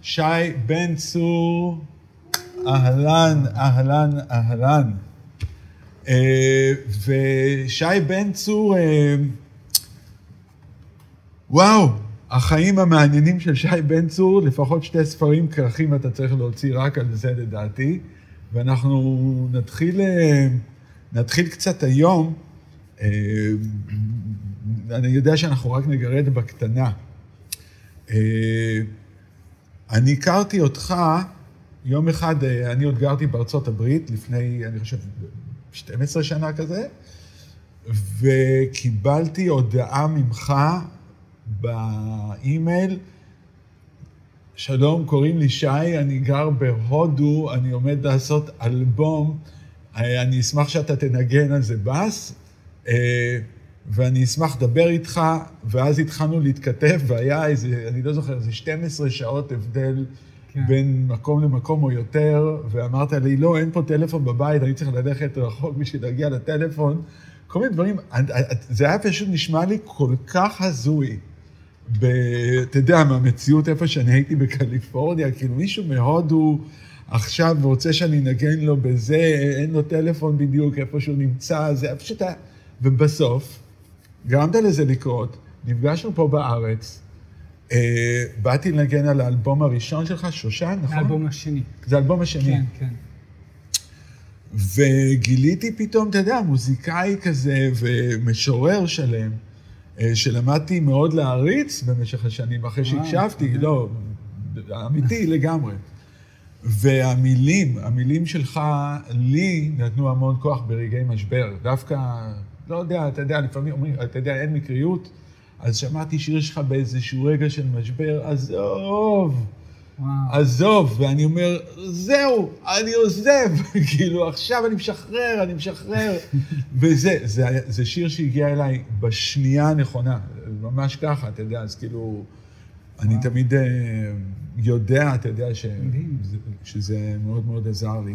שי בן צור, אהלן, אהלן, אהלן. ושי בן צור, וואו, החיים המעניינים של שי בן צור, לפחות 2 ספרים כרכים אתה צריך להוציא רק על זה לדעתי, ואנחנו נתחיל קצת היום. אני יודע שאנחנו רק נגרד בקטנה. אני הכרתי אותך, יום אחד, אני עוד גרתי בארצות הברית, לפני, אני חושב, 12 שנה כזה, וקיבלתי הודעה ממך באימייל, שלום, קוראים לי שי, אני גר בהודו, אני עומד לעשות אלבום, אני אשמח שאתה תנגן על זה בס, ואני אשמח לדבר איתך, ואז התחלנו להתכתב, והיה איזה, אני לא זוכר, איזה 12 שעות הבדל בין מקום למקום או יותר, ואמרת לי, לא, אין פה טלפון בבית, אני צריך ללכת רחוק בשביל להגיע לטלפון. כל מיני דברים, זה היה פשוט נשמע לי כל כך הזוי. אתה יודע, מהמציאות איפה שאני הייתי בקליפורניה, כאילו מישהו מהודו עכשיו רוצה שאני נגן לו בזה, אין לו טלפון בדיוק איפה שהוא נמצא, זה פשוט היה... ובסוף, גרמת לזה לקרות, נפגשנו פה בארץ, באתי לנגן על האלבום הראשון שלך, שושן, נכון? האלבום השני. זה האלבום השני. כן, כן. וגיליתי פתאום, אתה יודע, מוזיקאי כזה ומשורר שלם, שלמדתי מאוד להריץ במשך השנים, אחרי שהקשבתי, לא, אמיתי לגמרי. והמילים שלך לי נתנו המון כוח ברגעי משבר. דווקא, לא יודע, אתה יודע, לפעמים אומרים, אתה יודע, אין מקריות, אז שמעתי שיר שלך באיזשהו רגע של משבר, עזוב, ואני אומר, זהו, אני עוזב, כאילו, עכשיו אני משחרר, וזה, זה שיר שהגיע אליי בשנייה הנכונה, ממש ככה, אתה יודע, אז כאילו, אני תמיד יודע, אתה יודע, שזה מאוד מאוד עזר לי.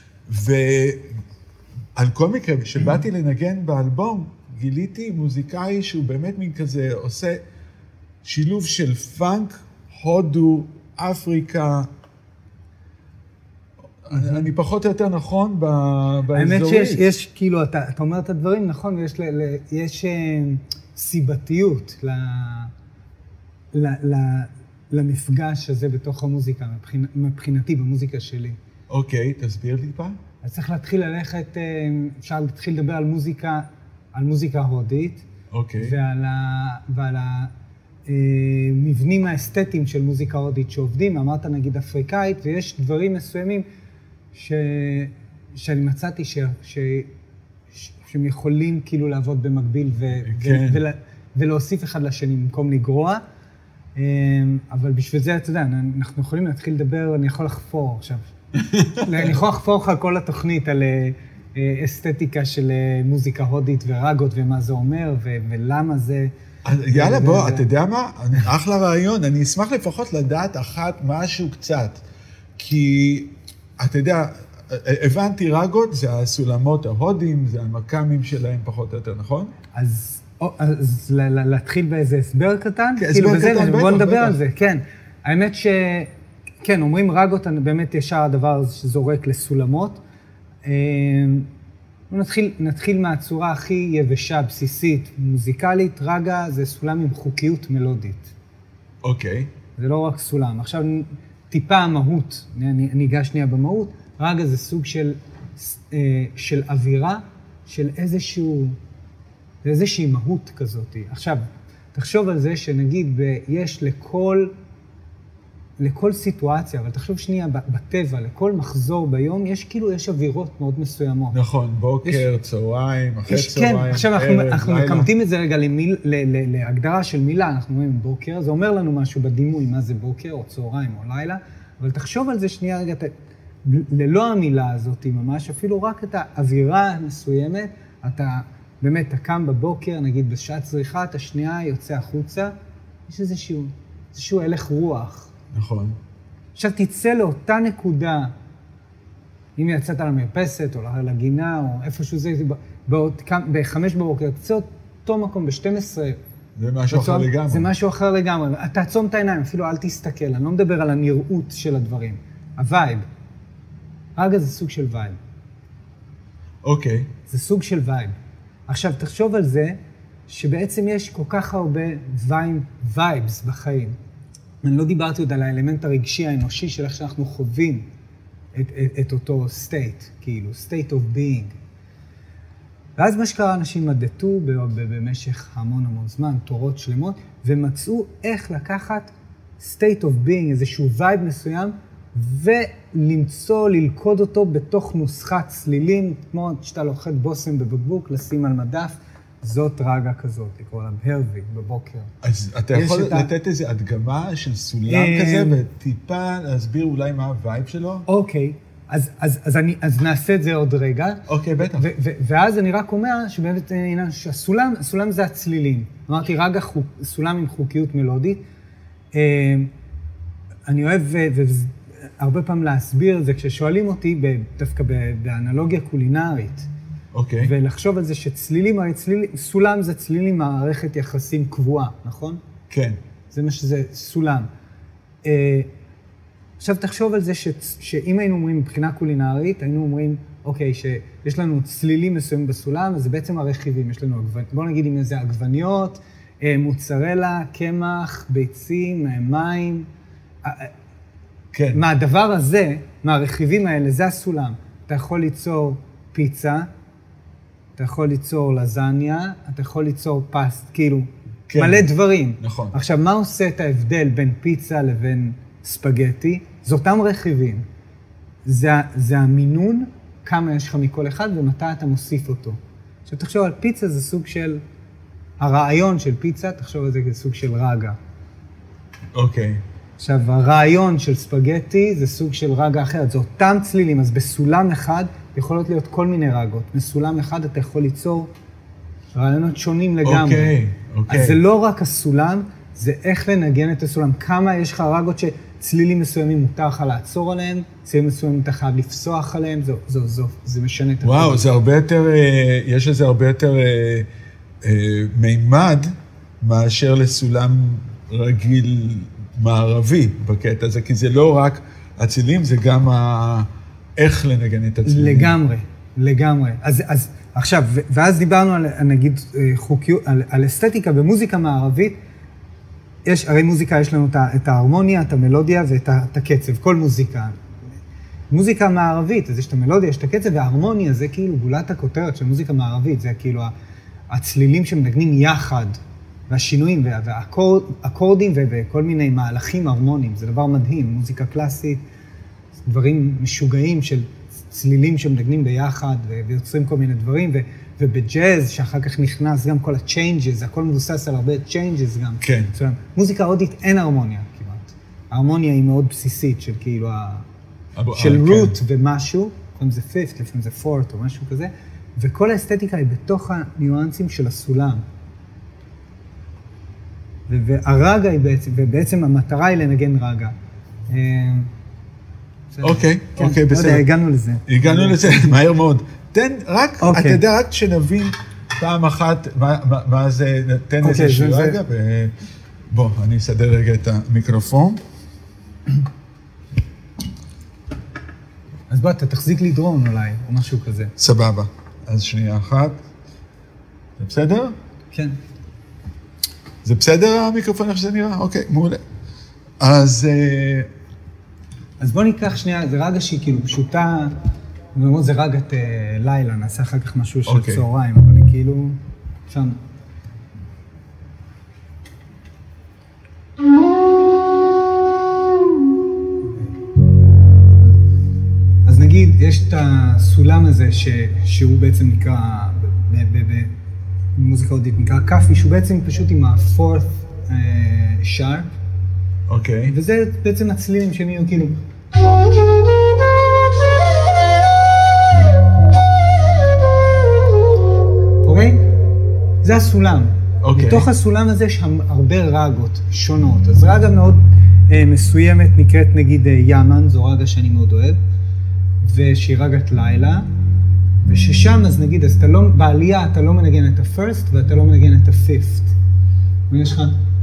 ועל כל מקרה, כשבאתי לנגן באלבום, גיליתי מוזיקאי שהוא באמת מין כזה, עושה שילוב של פאנק, הודו, אפריקה. אני פחות או יותר נכון באזורית. האמת שיש, כאילו, אתה אומר את הדברים, נכון, ויש סיבתיות למפגש הזה בתוך המוזיקה, מבחינתי, במוזיקה שלי. אוקיי, תסביר לי פעם. אז צריך להתחיל ללכת, אפשר להתחיל לדבר על מוזיקה הודית, אוקיי. ועל המבנים האסתטיים של מוזיקה הודית שעובדים, אמרת נגיד אפריקאית, ויש דברים מסוימים שאני מצאתי שהם יכולים כאילו לעבוד במקביל ולהוסיף אחד לשני במקום לגרוע. אבל בשביל זה, אתה יודע, אנחנו יכולים להתחיל לדבר, אני יכול לחפור עכשיו. אני יכול לחפור לך כל התוכנית על אסתטיקה של מוזיקה הודית ורגות ומה זה אומר ולמה זה. יאללה, בוא, אתה יודע מה? אחלה רעיון, אני אשמח לפחות לדעת משהו קצת. כי, אתה יודע, הבנתי רגות, זה הסולמות ההודים, זה המקאמים שלהם פחות או יותר, נכון? אז להתחיל באיזה הסבר קטן? הסבר קטן, בוא נדבר על זה, כן. האמת כן, אומרים רגות, באמת ישר הדבר שזורק לסולמות. נתחיל מהצורה הכי יבשה, בסיסית, מוזיקלית. רגה זה סולם עם חוקיות מלודית. אוקיי. זה לא רק סולם. עכשיו, טיפה המהות, אני אגע שנייה במהות. רגה זה סוג של אווירה, של איזושהי מהות כזאת. עכשיו, תחשוב על זה שנגיד יש לכל סיטואציה, אבל תחשוב שנייה בטבע, לכל מחזור ביום, יש אווירות מאוד מסוימות. נכון, בוקר, צהריים, אחרי צהריים, כן, עכשיו אנחנו מקמטים את זה רגע להגדרה של מילה, אנחנו אומרים בוקר, זה אומר לנו משהו בדימוי, מה זה בוקר, או צהריים, או לילה, אבל תחשוב על זה שנייה רגע, ללא המילה הזאת ממש, אפילו רק את האווירה המסוימת, אתה באמת, אתה קם בבוקר, נגיד בשעת צריכה, אתה שנייה יוצא החוצה, יש איזשהו הלך רוח. נכון. עכשיו תצא לאותה נקודה, אם יצאת למרפסת, או לגינה, או איפשהו זה, ב-5 בבוקר, תצא אותו מקום ב-12 זה משהו אחר לגמרי. זה משהו אחר לגמרי. תעצום את העיניים, אפילו אל תסתכל. אני לא מדבר על הנראות של הדברים. הווייב. רגע זה סוג של וייב. אוקיי. זה סוג של וייב. עכשיו, תחשוב על זה שבעצם יש כל כך הרבה וייבס בחיים. אני לא דיברתי עוד על האלמנט הרגשי האנושי של איך שאנחנו חווים את אותו state, כאילו, state of being. ואז מה שקרה, אנשים מדדו במשך המון זמן, תורות שלמות, ומצאו איך לקחת state of being, איזשהו וייב מסוים, ולמצוא, ללכוד אותו בתוך נוסחת צלילים, כמו שאתה לוחד בושם בבקבוק, לשים על מדף, זאת רגע כזאת, לקרוא לה בהרווי, בבוקר. אז אתה יכול לתת איזו הדגמה של סולם כזה, וטיפה להסביר אולי מה הווייב שלו? אוקיי, אז נעשה את זה עוד רגע. אוקיי, בטח. ואז אני רק אומר שבאמת הסולם זה הצלילים. אמרתי, רגע סולם עם חוקיות מלודית. אני אוהב הרבה פעם להסביר את זה כששואלים אותי דווקא באנלוגיה קולינרית. אוקיי. ולחשוב על זה שצלילים, הרי סולם זה צלילים מערכת יחסים קבועה, נכון? כן. זה מה שזה סולם. עכשיו תחשוב על זה שאם היינו אומרים מבחינה קולינרית, היינו אומרים, אוקיי, שיש לנו צלילים מסוימים בסולם, אז זה בעצם הרכיבים. יש לנו, בואו נגיד אם זה עגבניות, מוצרלה, קמח, ביצים, מים. כן. מהדבר הזה, מהרכיבים האלה, זה הסולם. אתה יכול ליצור פיצה, אתה יכול ליצור לזניה, אתה יכול ליצור פסט, כאילו, כן. מלא דברים. נכון. עכשיו, מה עושה את ההבדל בין פיצה לבין ספגטי? זה אותם רכיבים. זה המינון, כמה יש לך מכל אחד ומתי אתה מוסיף אותו. עכשיו, תחשוב על פיצה, זה סוג של, הרעיון של פיצה, תחשוב על זה כסוג של רגע. אוקיי. עכשיו, הרעיון של ספגטי זה סוג של רגע אחרת. זה אותם צלילים, אז בסולם אחד יכולות להיות כל מיני רגות. בסולם אחד אתה יכול ליצור רעיונות שונים לגמרי. אוקיי. אז זה לא רק הסולם, זה איך לנגן את הסולם. כמה יש לך רגות שצלילים מסוימים מותר לך לעצור עליהם, צלילים מסוימים אתה חייב לפסוח עליהם, זה משנה את וואו, זה הרבה יותר, יש לזה הרבה יותר מימד מאשר לסולם רגיל מערבי בקטע הזה, כי זה לא רק הצלילים, זה גם איך לנגן את הצלילים. לגמרי. אז עכשיו, ואז דיברנו על, נגיד, חוקיות, על אסתטיקה במוזיקה מערבית. הרי מוזיקה יש לנו את ההרמוניה, את המלודיה ואת הקצב, כל מוזיקה. מוזיקה מערבית, אז יש את המלודיה, יש את הקצב, וההרמוניה זה כאילו גולת הכותרת של מוזיקה מערבית, זה כאילו הצלילים שמנגנים יחד, והשינויים, והאקורדים וכל מיני מהלכים הרמוניים, זה דבר מדהים, מוזיקה קלאסית, דברים משוגעים של צלילים שמנגנים ביחד ויוצרים כל מיני דברים, ובג'אז, שאחר כך נכנס גם כל ה-changes, הכל מבוסס על הרבה changes גם. כן. מוזיקה הודית אין הרמוניה כמעט. ההרמוניה היא מאוד בסיסית של כאילו, של root ומשהו, לפעמים זה fifth, לפעמים זה fourth או משהו כזה, וכל האסתטיקה היא בתוך הניואנסים של הסולם. והרגע היא בעצם המטרה היא לנגן רגע. אוקיי, בסדר. לא יודע, הגענו לזה. הגענו לזה, מהר מאוד. תן, רק, אתה יודע, רק שנבין פעם אחת מה זה, תן איזשהו רגע, בוא, אני אסדר רגע את המיקרופון. אז בוא, אתה תחזיק לי דרון אולי, או משהו כזה. סבבה. אז שנייה אחת. זה בסדר? כן. זה בסדר המיקרופון איך שזה נראה? אוקיי, מעולה. אז בוא ניקח שנייה, זה רגע שהיא כאילו פשוטה, זה רגעת לילה, נעשה אחר כך משהו של צהריים, אבל אני כאילו שם. אז נגיד, יש את הסולם הזה שהוא בעצם נקרא, במוזיקה הודית נקרא קאפי, שהוא בעצם פשוט עם ה-fourth sharp. אוקיי. וזה בעצם הצלילים שהם יהיו כאילו. אוקיי? זה הסולם. אוקיי. בתוך הסולם הזה יש הרבה רגות שונות. אז רגה מאוד מסוימת נקראת נגיד ימן, זו רגה שאני מאוד אוהב, ושהיא רגת לילה, וששם אז נגיד, אז בעלייה אתה לא מנגן את ה-first ואתה לא מנגן את ה-fifth. ויש לך...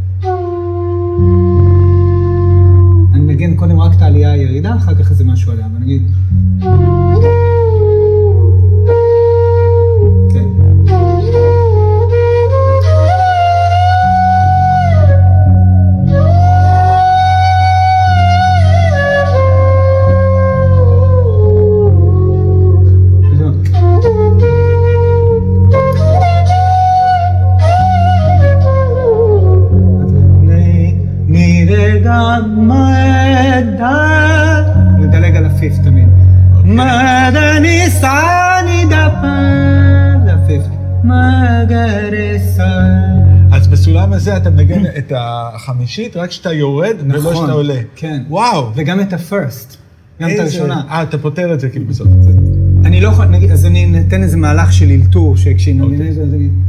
אני נגן קודם רק את העלייה הירידה, אחר כך איזה משהו עליה, ונגיד... נדלג על הפיף תמיד. מדני סעני דפן לפיף מגרסה. אז בסולם הזה אתה מנגן את החמישית רק שאתה יורד ולא שאתה עולה. כן. וואו. וגם את הפרסט. גם את הראשונה. אתה פותר את זה כאילו בסוף. אני לא יכול, נגיד, אז אני נתן איזה מהלך של אלתור, שכשנגן את זה, אז נגיד...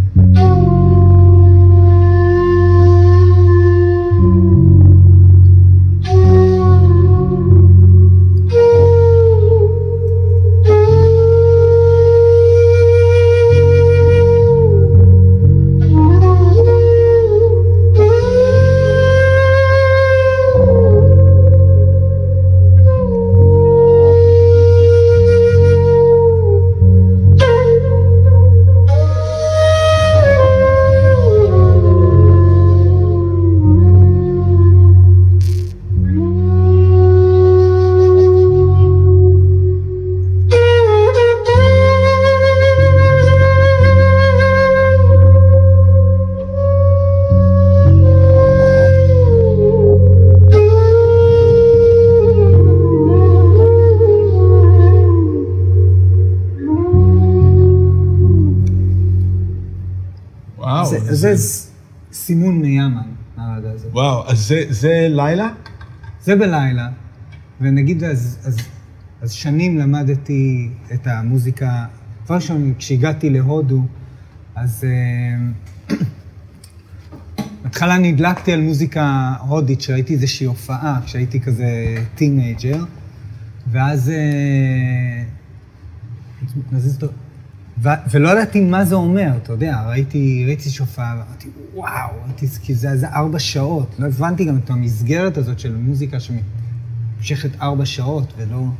זה סימון מיאמן, הרגע הזה. וואו, אז זה לילה? זה בלילה, ונגיד אז שנים למדתי את המוזיקה, כבר ראשון, כשהגעתי להודו, אז בהתחלה נדלקתי על מוזיקה הודית, שראיתי איזושהי הופעה, כשהייתי כזה טינג'ר, ואז ולא ידעתי מה זה אומר, אתה יודע, ראיתי שופעה, ואמרתי, וואו, כי זה 4 שעות, לא הבנתי גם את המסגרת הזאת של מוזיקה שמשכת 4 שעות,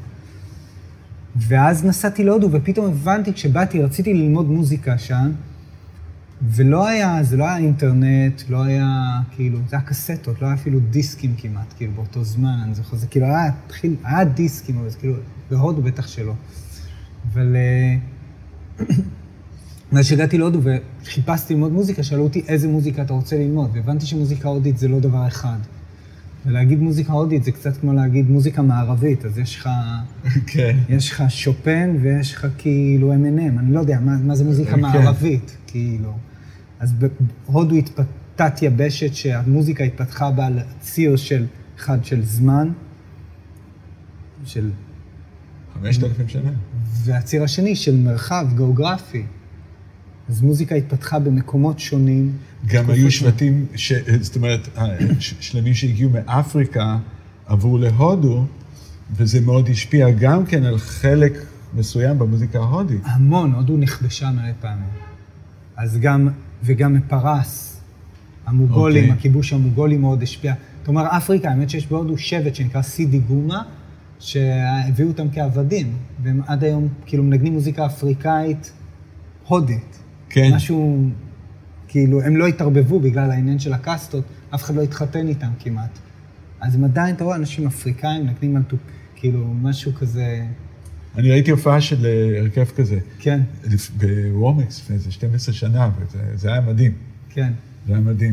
ואז נסעתי להודו, ופתאום הבנתי, כשבאתי, רציתי ללמוד מוזיקה שם, זה לא היה אינטרנט, לא היה, כאילו, זה היה קסטות, לא היה אפילו דיסקים כמעט, כאילו, באותו זמן, אני זוכר, זה כאילו היה דיסקים, אבל זה כאילו, בהודו בטח שלא. אבל... ואז שהגעתי להודו וחיפשתי ללמוד מוזיקה, שאלו אותי איזה מוזיקה אתה רוצה ללמוד, והבנתי שמוזיקה הודית זה לא דבר אחד. ולהגיד מוזיקה הודית זה קצת כמו להגיד מוזיקה מערבית, אז יש לך שופן ויש לך כאילו M&M, אני לא יודע מה זה מוזיקה מערבית, כאילו. אז בהודו התפתחת יבשת שהמוזיקה התפתחה בה על ציר של זמן, של 5,000 שנה. והציר השני של מרחב גיאוגרפי. אז מוזיקה התפתחה במקומות שונים. גם היו שבטים, זאת אומרת, שלמים שהגיעו מאפריקה, עברו להודו, וזה מאוד השפיע גם כן על חלק מסוים במוזיקה ההודית. המון, הודו נכבשה מלא פעמים. אז וגם מפרס, המוגולים, הכיבוש המוגולי מאוד השפיע. זאת אומרת, אפריקה, האמת שיש בהודו שבט שנקרא סידי גומה, שהביאו אותם כעבדים, והם עד היום כאילו מנגנים מוזיקה אפריקאית הודית. כן. משהו, כאילו, הם לא התערבבו בגלל העניין של הקסטות, אף אחד לא התחתן איתם כמעט. אז הם עדיין, אתה רואה, אנשים אפריקאים מנגנים על כאילו, משהו כזה... אני ראיתי הופעה של הרכב כזה. כן. בוומקס, לפני איזה 12 שנה, וזה היה מדהים. כן. זה היה מדהים.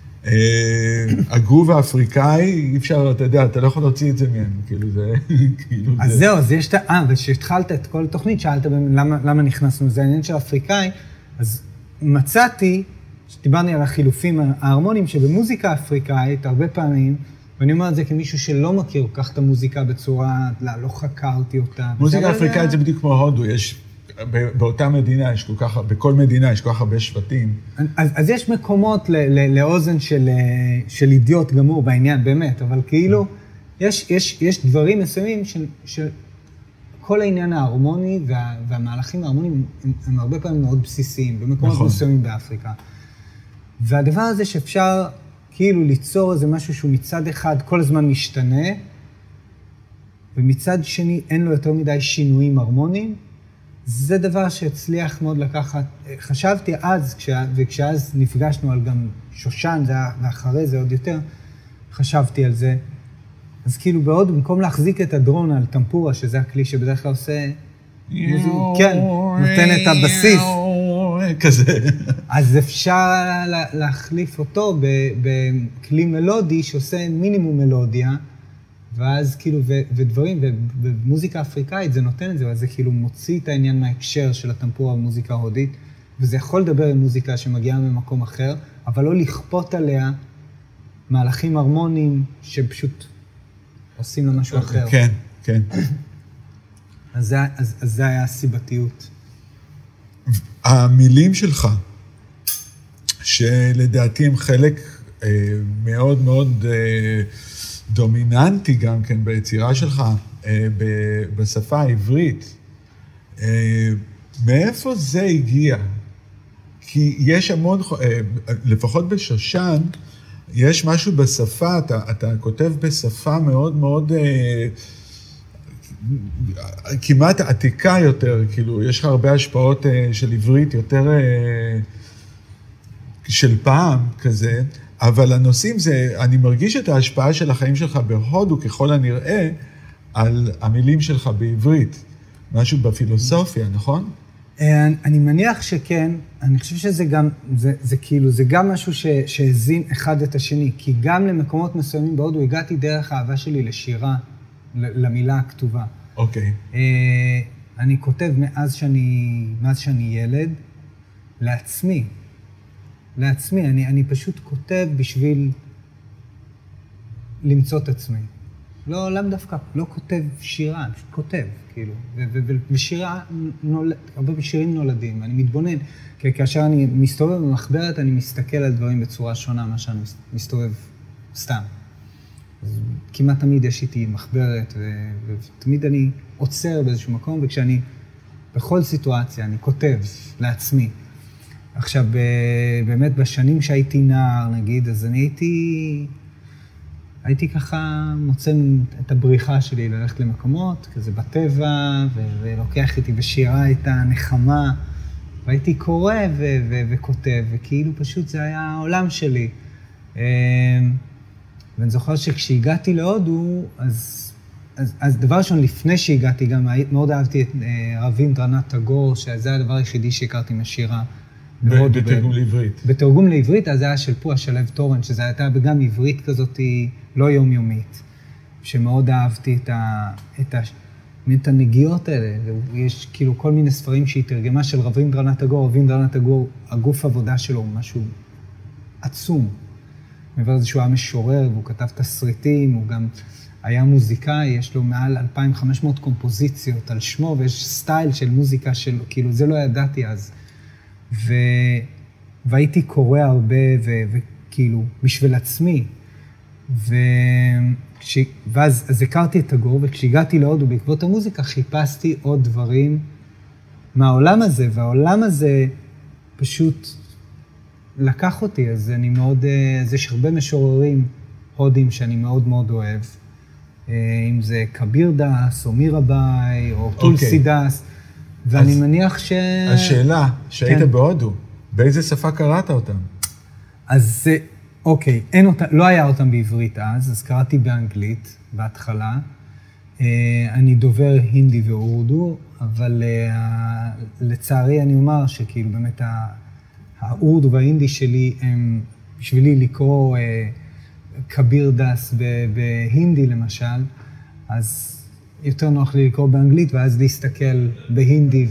הגרוב האפריקאי, אי אפשר, אתה יודע, אתה לא יכול להוציא את זה מהם, כאילו זה... אז זהו, אז יש... ושהתחלת את כל התוכנית, שאלת למה נכנסנו לזה, העניין של האפריקאי, אז מצאתי, שדיברנו על החילופים ההרמוניים, שבמוזיקה האפריקאית, הרבה פעמים, ואני אומר את זה כמישהו שלא מכיר כך את המוזיקה בצורה, לא חקרתי אותה. מוזיקה אפריקאית זה בדיוק כמו הודו, יש... באותה מדינה יש כל כך, בכל מדינה יש כל כך הרבה שבטים. אז יש מקומות לאוזן של אידיוט גמור בעניין, באמת, אבל כאילו, יש דברים מסוימים של כל העניין ההרמוני והמהלכים ההרמוניים הם הרבה פעמים מאוד בסיסיים, במקומות מסוימים באפריקה. והדבר הזה שאפשר כאילו ליצור איזה משהו שהוא מצד אחד כל הזמן משתנה, ומצד שני אין לו יותר מדי שינויים הרמוניים, זה דבר שהצליח מאוד לקחת. חשבתי אז, וכשאז נפגשנו על גם שושן, זה היה, ואחרי זה עוד יותר, חשבתי על זה. אז כאילו בעוד, במקום להחזיק את הדרון על טמפורה, שזה הכלי שבדרך כלל עושה, כן, נותן את הבסיס. כזה. אז אפשר להחליף אותו בכלי מלודי שעושה מינימום מלודיה, ואז כאילו, ודברים, ובמוזיקה אפריקאית זה נותן את זה, אבל זה כאילו מוציא את העניין מההקשר של הטמפורה במוזיקה ההודית, וזה יכול לדבר עם מוזיקה שמגיעה ממקום אחר, אבל לא לכפות עליה מהלכים הרמוניים שפשוט עושים לה משהו אחר. כן, כן. אז זה היה הסיבתיות. המילים שלך, שלדעתי הם חלק מאוד מאוד דומיננטי גם כן ביצירה שלך, בשפה העברית, מאיפה זה הגיע? כי יש המון, לפחות בשושן, יש משהו בשפה, אתה כותב בשפה מאוד מאוד, כמעט עתיקה יותר, כאילו, יש לך הרבה השפעות של עברית יותר של פעם כזה, אבל הנושאים זה, אני מרגיש את ההשפעה של החיים שלך בהודו, ככל הנראה, על המילים שלך בעברית. משהו בפילוסופיה, נכון? אני מניח שכן, אני חושב שזה גם, זה כאילו, זה גם משהו שהזין אחד את השני, כי גם למקומות מסוימים בהודו הגעתי דרך האהבה שלי לשירה, למילה הכתובה. אוקיי. אני כותב מאז שאני ילד, לעצמי. אני פשוט כותב בשביל למצוא את עצמי. לא, למה דווקא, לא כותב שירה, אני פשוט כותב, כאילו. ושירה, הרבה שירים נולדים, אני מתבונן. כי כאשר אני מסתובב במחברת, אני מסתכל על דברים בצורה שונה מה שאני מסתובב סתם. אז כמעט תמיד יש איתי מחברת, ותמיד אני עוצר באיזשהו מקום, וכשאני, בכל סיטואציה, אני כותב לעצמי. עכשיו, באמת בשנים שהייתי נער, נגיד, אז אני הייתי ככה מוצא את הבריחה שלי ללכת למקומות, כזה בטבע, ולוקח איתי בשירה את הנחמה, והייתי קורא וכותב, וכאילו פשוט זה היה העולם שלי. ואני זוכר שכשהגעתי להודו, אז דבר ראשון, לפני שהגעתי, גם מאוד אהבתי את רבינדרנת טאגור, שזה הדבר היחידי שהכרתי מהשירה. בתרגום לעברית. בתרגום לעברית, אז זה היה של פועה שלו טורן, שזה הייתה גם עברית כזאת לא יומיומית, שמאוד אהבתי את הנגיעות האלה. יש כאילו כל מיני ספרים שהיא תרגמה של רבינדרנת טאגור. רבינדרנת טאגור, הגוף העבודה שלו הוא משהו עצום. מעבר לזה שהוא היה משורר, והוא כתב תסריטים, הוא גם היה מוזיקאי, יש לו מעל 2,500 קומפוזיציות על שמו, ויש סטייל של מוזיקה שלו, כאילו זה לא ידעתי אז. והייתי קורא הרבה, וכאילו, בשביל עצמי. ואז הכרתי את טאגור, וכשהגעתי להודו בעקבות המוזיקה, חיפשתי עוד דברים מהעולם הזה, והעולם הזה פשוט לקח אותי, אז אני מאוד, אז יש הרבה משוררים הודים שאני מאוד מאוד אוהב, אם זה קביר דאס, או מירבאי, או טולסי דאס, ואני מניח השאלה, שהיית בהודו, באיזה שפה קראת אותם? אז אוקיי, לא היה אותם בעברית אז קראתי באנגלית בהתחלה. אני דובר הינדי ואורדו, אבל לצערי אני אומר שכאילו באמת האורדו וההינדי שלי הם בשבילי לקרוא קביר דאס בהינדי למשל, אז יותר נוח לי לקרוא באנגלית, ואז להסתכל בהינדי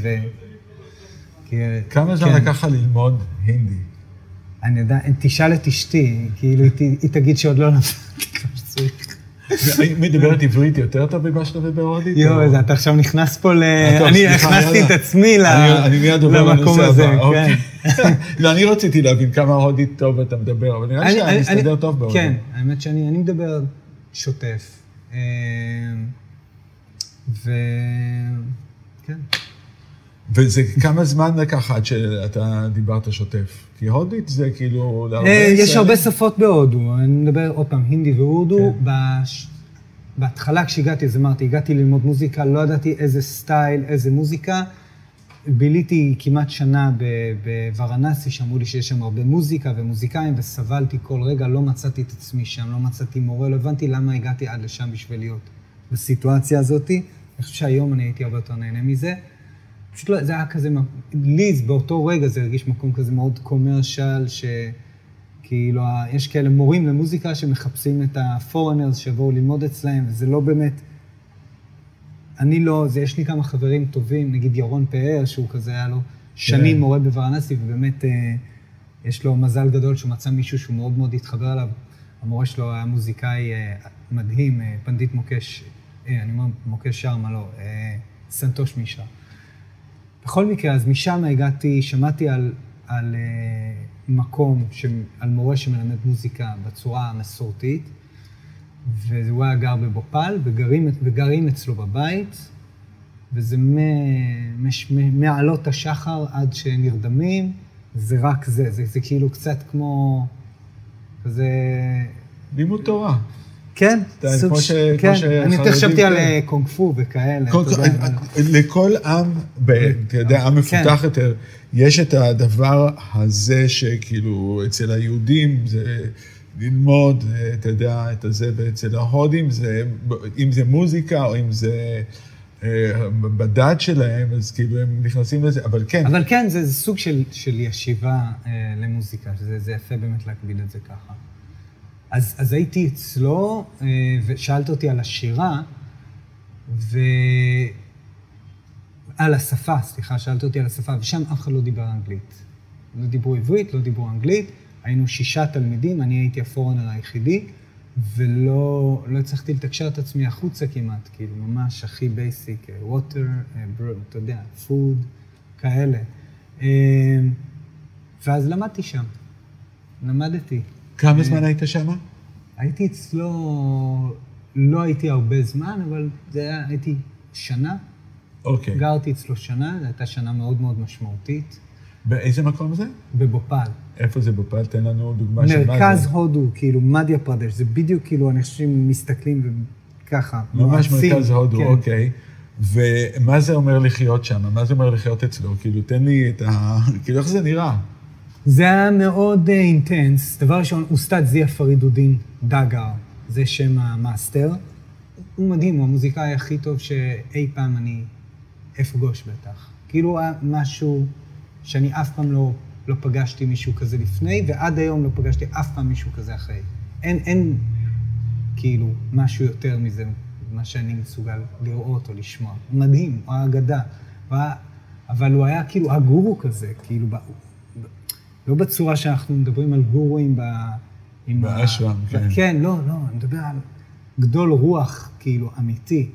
כמה זמן לקח ללמוד הינדי? אני יודע, תשאל את אשתי, כאילו היא תגיד שעוד לא למדתי כמו שצריך. היא מדברת עברית יותר טוב ממה שאתה מדבר הודית? יואו, אתה עכשיו נכנס פה אני הכנסתי את עצמי למקום הזה, כן. לא, אני רציתי להבין כמה הודית טוב אתה מדבר, אבל נראה שאני מסתדר טוב בהודית. כן, האמת שאני מדבר שוטף. וכן. וזה כמה זמן לקח עד שאתה דיברת שוטף? כי הודית זה כאילו... יש הרבה שפות בהודו, אני מדבר עוד פעם, הינדי והודו. בהתחלה כשהגעתי, אז אמרתי, הגעתי ללמוד מוזיקה, לא ידעתי איזה סטייל, איזה מוזיקה. ביליתי כמעט שנה בוורנסי, שאמרו לי שיש שם הרבה מוזיקה ומוזיקאים, וסבלתי כל רגע, לא מצאתי את עצמי שם, לא מצאתי מורה, לא הבנתי למה הגעתי עד לשם בשביל להיות בסיטואציה הזאת. אני חושב שהיום אני הייתי הרבה יותר נהנה מזה. פשוט לא, זה היה כזה, לי באותו רגע זה הרגיש מקום כזה מאוד קומרשל, שכאילו יש כאלה מורים למוזיקה שמחפשים את הפורנרס שבואו ללמוד אצלהם, וזה לא באמת, אני לא, יש לי כמה חברים טובים, נגיד ירון פאר, שהוא כזה היה לו שנים מורה בוורנסי, ובאמת יש לו מזל גדול שהוא מצא מישהו שהוא מאוד מאוד התחבר עליו. המורה שלו היה מוזיקאי מדהים, פנדיט מוקש, אני אומר מוקש שרמה, לא, סנטוש מישה. בכל מקרה, אז משם הגעתי, שמעתי על מקום, על מורה שמלמד מוזיקה בצורה המסורתית, והוא היה גר בבופל, וגרים אצלו בבית, וזה מעלות השחר עד שנרדמים, זה רק זה, זה כאילו קצת כמו כזה... לימוד תורה. כן, סוג כן, אני חשבתי על קונג פו וכאלה. לכל עם, אתה יודע, עם מפותח יותר, יש את הדבר הזה שכאילו אצל היהודים זה ללמוד, אתה יודע, את הזה, ואצל ההודים, אם זה מוזיקה או אם זה בדת שלהם, אז כאילו הם נכנסים לזה, אבל כן. אבל כן, זה סוג של ישיבה למוזיקה, זה יפה באמת להקביל את זה ככה. אז הייתי אצלו, ושאלת אותי על השירה, על השפה, סליחה, שאלת אותי על השפה, ושם אף אחד לא דיבר אנגלית. לא דיברו עברית, לא דיברו אנגלית, היינו 6 תלמידים, אני הייתי הפורנר היחידי, ולא הצלחתי לתקשר את עצמי החוצה כמעט, כאילו ממש הכי בייסיק, water, אתה יודע, food, כאלה. ואז למדתי שם, למדתי. כמה זמן היית שם? הייתי אצלו, לא הייתי הרבה זמן, אבל זה היה, הייתי שנה. אוקיי. גרתי אצלו שנה, זו הייתה שנה מאוד מאוד משמעותית. באיזה מקום זה? בבופל. איפה זה בופל? תן לנו דוגמה של מה זה. מרכז הודו, כאילו, מדיה פרדש, זה בדיוק כאילו אנשים מסתכלים וככה. ממש מרכז הודו, כן. אוקיי. ומה זה אומר לחיות שם? מה זה אומר לחיות אצלו? כאילו, תן לי את כאילו, איך זה נראה? זה היה מאוד אינטנס. דבר ראשון, אוסטד זיה פרידודין דאגר, זה שם המאסטר. הוא מדהים, הוא המוזיקאי הכי טוב שאי פעם אני אפגוש בטח. כאילו היה משהו שאני אף פעם לא פגשתי מישהו כזה לפני, ועד היום לא פגשתי אף פעם מישהו כזה אחרי. אין כאילו משהו יותר מזה, מה שאני מסוגל לראות או לשמוע. מדהים, הוא היה אגדה. אבל הוא היה כאילו הגורו כזה, כאילו, לא בצורה שאנחנו מדברים על גורואים באשרם, כן. כן, לא, אני מדבר על גדול רוח, כאילו, אמיתי.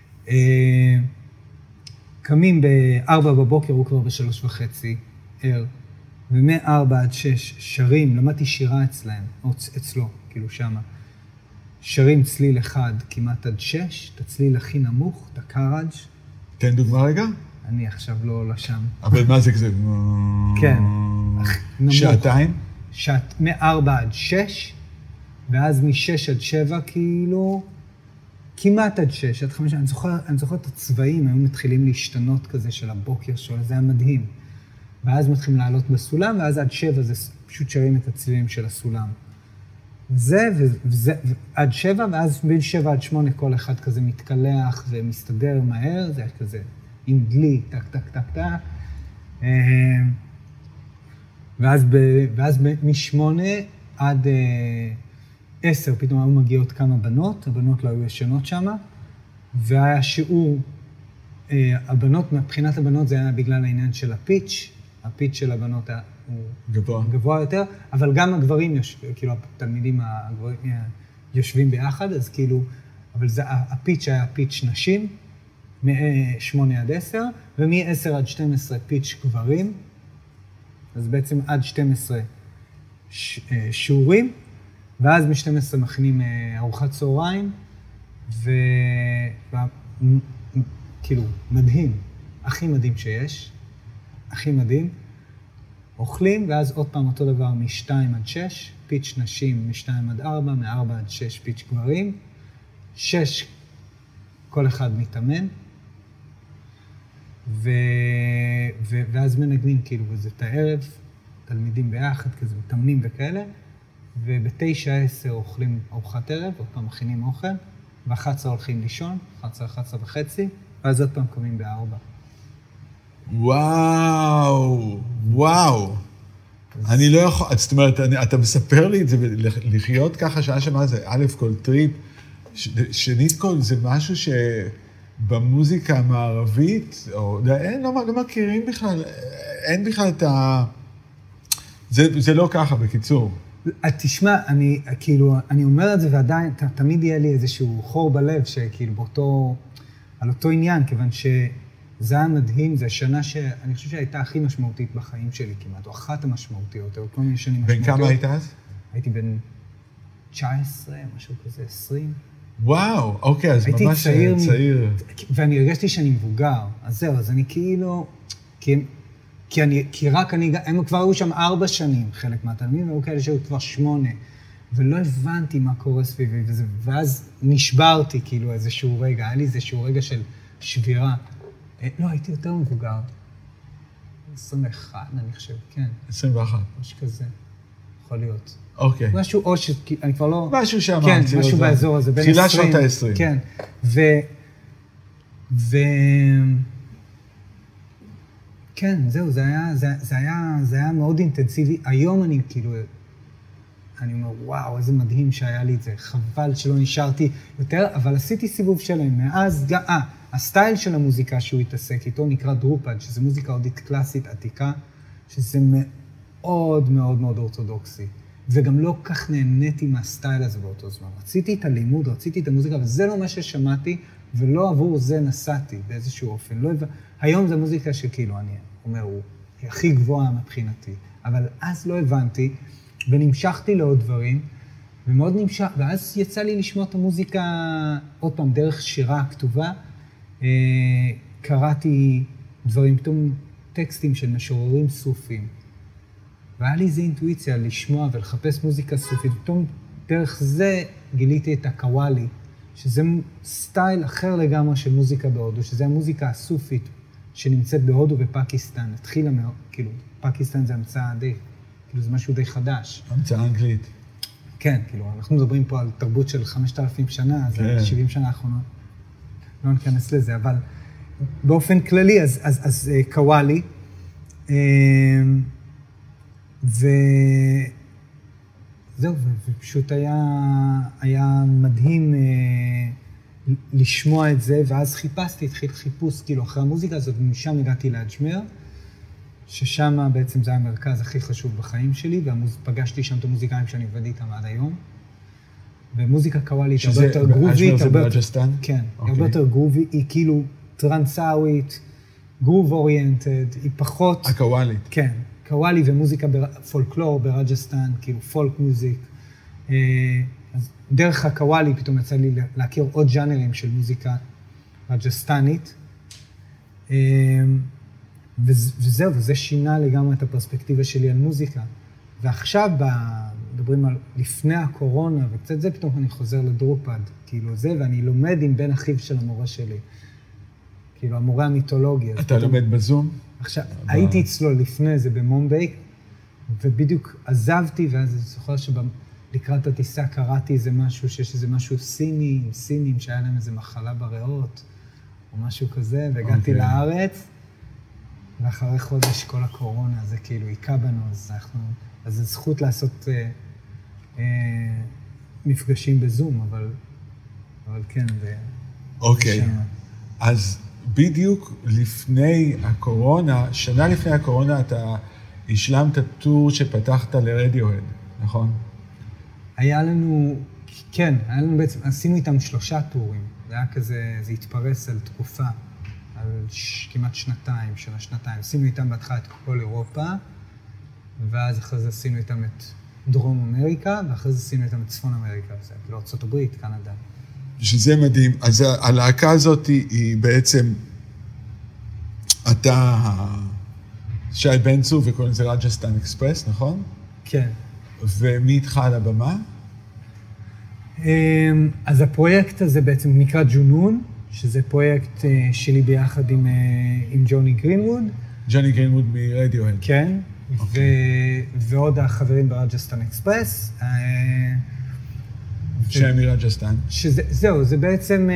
קמים ב-4 בבוקר, הוא כבר ב-3:30 ער, ומ-4 עד 6 שרים, למדתי שירה אצלו, כאילו שמה. שרים צליל אחד כמעט עד 6, את הצליל הכי נמוך, את הקארג'. תן דוגמה רגע. אני עכשיו לא שם. אבל מה זה כזה? כן. נמוך. שעתיים? מ-4 עד 6, ואז מ-6 עד 7 כאילו, כמעט עד 6, עד 5, אני זוכר את הצבעים, היו מתחילים להשתנות כזה של הבוקר שלו, זה היה מדהים. ואז מתחילים לעלות בסולם, ואז עד 7 זה פשוט שרים את הצלילים של הסולם. זה עד 7, ואז בין 7 עד 8 כל אחד כזה מתקלח ומסתדר מהר, זה היה כזה עם דלי, טק, טק, טק, טק. ואז מ-8 עד 10 פתאום היו מגיעות כמה בנות, הבנות לא היו ישנות שם, והיה שיעור, מבחינת הבנות זה היה בגלל העניין של הפיץ', הפיץ' של הבנות היה גבוה יותר, אבל גם הגברים, כאילו התלמידים הגברים יושבים ביחד, אז כאילו, אבל הפיץ' היה פיץ' נשים, מ-8 עד 10, ומ-10 עד 12 פיץ' גברים, אז בעצם עד 12 שיעורים, ואז מ-12 מכינים ארוחת צהריים, וכאילו מדהים, הכי מדהים שיש, הכי מדהים. אוכלים, ואז עוד פעם אותו דבר מ-2 עד 6, פיץ' נשים מ-2 עד 4, מ-4 עד 6 פיץ' גברים, 6 כל אחד מתאמן, ואז מנגנים כאילו, וזה את הערב, תלמידים ביחד, כזה מתאמנים וכאלה, וב-9-10 אוכלים ארוחת ערב, עוד פעם מכינים אוכל, ב-11 הולכים לישון, 11 וחצי, ואז עוד פעם קמים ב-4. וואו. אני לא יכול, זאת אומרת, אתה מספר לי את זה, לחיות ככה שעה שמה זה א' כל טריפ, שנית כל זה משהו שבמוזיקה המערבית, או לא מכירים בכלל, אין בכלל את ה... זה לא ככה, בקיצור. תשמע, אני אומר את זה ועדיין, תמיד יהיה לי איזשהו חור בלב, שכאילו על אותו עניין, כיוון שזה היה מדהים, זו השנה שאני חושב שהייתה הכי משמעותית בחיים שלי כמעט, או אחת המשמעותיות, או כל מיני שנים משמעותיות. בין כמה היית אז? הייתי בן 19, משהו כזה, 20. וואו, אוקיי, אז ממש צעיר. ואני הרגשתי שאני מבוגר, אז זהו, אז אני כאילו... כי רק הם כבר היו שם 4 שנים, חלק מהתלמידים, והיו כאלה שהיו כבר 8, ולא הבנתי מה קורה סביבי, ואז נשברתי כאילו איזשהו רגע, היה לי איזשהו רגע של שבירה. לא, הייתי יותר מבוגר. 21, אני חושב, כן. 21. משהו כזה, יכול להיות. אוקיי. משהו, או אני כבר לא... משהו שאמרתי. כן, משהו באזור הזה, בין 20. תחילה שנות ה-20. כן, כן, זהו, זה היה מאוד אינטנסיבי. היום אני כאילו, אני אומר, וואו, איזה מדהים שהיה לי את זה. חבל שלא נשארתי יותר, אבל עשיתי סיבוב שלהם. מאז, הסטייל של המוזיקה שהוא התעסק איתו נקרא דרופאד, שזה מוזיקה הודית קלאסית עתיקה, שזה מאוד מאוד מאוד אורתודוקסי. וגם לא כך נהניתי מהסטייל הזה באותו זמן. רציתי את הלימוד, רציתי את המוזיקה, אבל זה לא מה ששמעתי, ולא עבור זה נסעתי באיזשהו אופן. היום זו מוזיקה שכאילו, אני אומר, הוא הכי גבוהה מבחינתי. אבל אז לא הבנתי, ונמשכתי לעוד דברים, ואז יצא לי לשמוע את המוזיקה, עוד פעם, דרך שירה הכתובה. קראתי דברים, פתאום טקסטים של משוררים סופים. והיה לי איזו אינטואיציה לשמוע ולחפש מוזיקה סופית. פתאום דרך זה גיליתי את הקוואלי, שזה סטייל אחר לגמרי של מוזיקה בהודו, שזה המוזיקה הסופית שנמצאת בהודו ופקיסטן. התחילה מאוד, כאילו, פקיסטן זה המצאה די, כאילו זה משהו די חדש. המצאה אנגלית. כן, כאילו, אנחנו מדברים פה על תרבות של 5,000 שנה, זה 70 שנה האחרונות. לא ניכנס לזה, אבל באופן כללי, אז קוואלי, זהו, ופשוט היה מדהים לשמוע את זה, ואז התחיל חיפוש, כאילו, אחרי המוזיקה הזאת, ומשם הגעתי לאג'מיר, ששם בעצם זה המרכז הכי חשוב בחיים שלי, ופגשתי שם את המוזיקאים שאני עובד איתם עד היום. ומוזיקה קוואלית הרבה יותר גרובית. אג'מיר זה ברג'סטן? כן, היא הרבה יותר גרובית, היא כאילו טרנסאווית, גרוב אוריינטד, היא פחות... הקוואלית. כן. קוואלי ומוזיקה פולקלור ברג'סטן, כאילו פולק מוזיק. אז דרך הקוואלי פתאום יצא לי להכיר עוד ז'אנרים של מוזיקה רג'סטנית. וזהו, וזה שינה לגמרי את הפרספקטיבה שלי על מוזיקה. ועכשיו מדברים על לפני הקורונה, וקצת זה פתאום אני חוזר לדרופד, כאילו זה, ואני לומד עם בן אחיו של המורה שלי. כאילו, המורה המיתולוגי. אתה לומד בזום? עכשיו, הייתי אצלו לפני זה במומביי, ובדיוק עזבתי, ואז אני זוכר שלקראת הטיסה קראתי איזה משהו, שיש איזה משהו סינים, שהיה להם איזה מחלה בריאות, או משהו כזה, והגעתי לארץ, ואחרי חודש כל הקורונה, זה כאילו היכה בנו, אז זה זכות לעשות מפגשים בזום, אבל כן, זה... אוקיי, אז... בדיוק לפני הקורונה, שנה לפני הקורונה, אתה השלמת טור שפתחת לרדיוהד, נכון? היה לנו בעצם, עשינו איתם 3 טורים. זה היה כזה, זה התפרס על תקופה, על כמעט שנתיים. עשינו איתם בהתחלה את כל אירופה, ואז אחרי זה עשינו איתם את דרום אמריקה, ואחרי זה עשינו איתם את צפון אמריקה, זה לארצות הברית, קנדה. שזה מדהים. אז הלהקה הזאת היא בעצם, אתה שי בן צור וקוראים לזה רג'סטן אקספרס, נכון? כן. ומי איתך על הבמה? אז הפרויקט הזה בעצם נקרא ג'ונון, שזה פרויקט שלי ביחד עם ג'וני גרינווד. ג'וני גרינווד מרדיוהד. כן, ועוד החברים ברג'סטן אקספרס. שהם מרג'סטן. זהו, זה בעצם...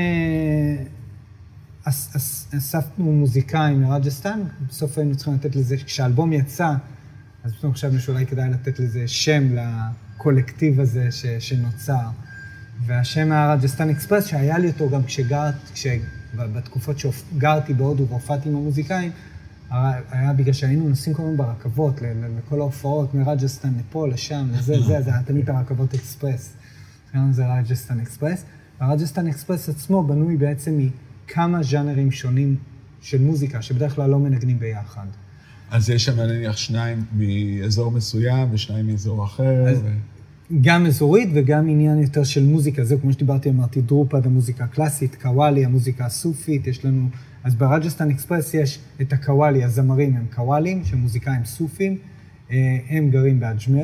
אספנו מוזיקאים מרג'סטן, בסוף היינו צריכים לתת לזה, כשהאלבום יצא, אז פתאום חשבנו שאולי כדאי לתת לזה שם לקולקטיב הזה שנוצר. והשם היה רג'סטן אקספרס, שהיה לי אותו גם בתקופות שגרתי בהודו והופעתי עם המוזיקאים, היה בגלל שהיינו נוסעים כל הזמן ברכבות, לכל ההופעות, מרג'סטן לפה, לשם, לזה, זה היה תמיד הרכבות אקספרס. זה רג'סטן אקספרס. והרג'סטן אקספרס עצמו בנוי בעצם מכמה ז'אנרים שונים של מוזיקה, שבדרך כלל לא מנגנים ביחד. אז יש שם נניח שניים מאזור מסוים ושניים מאזור אחר. גם אזורית וגם עניין יותר של מוזיקה. זהו, כמו שדיברתי, אמרתי, דרופד, המוזיקה הקלאסית, קוואלי, המוזיקה הסופית, יש לנו... אז ברג'סטן אקספרס יש את הקוואלי, הזמרים הם קוואלים, שמוזיקאים סופים, הם גרים באג'מר.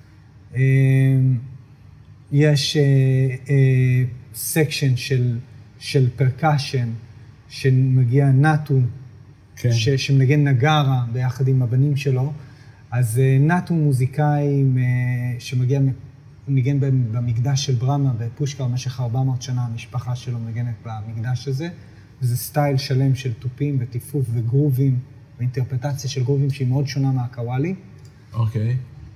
יש סקשן של פרקשן, שמגיע נאטו, כן. שמנגן נגרה ביחד עם הבנים שלו. אז נאטו מוזיקאי שמגיע, ניגן במקדש של ברמה בפושקר במשך 400 שנה, המשפחה שלו מנגנת במקדש הזה. וזה סטייל שלם של טופים וטיפוף וגרובים, ואינטרפטציה של גרובים שהיא מאוד שונה מהקוואלי. אוקיי.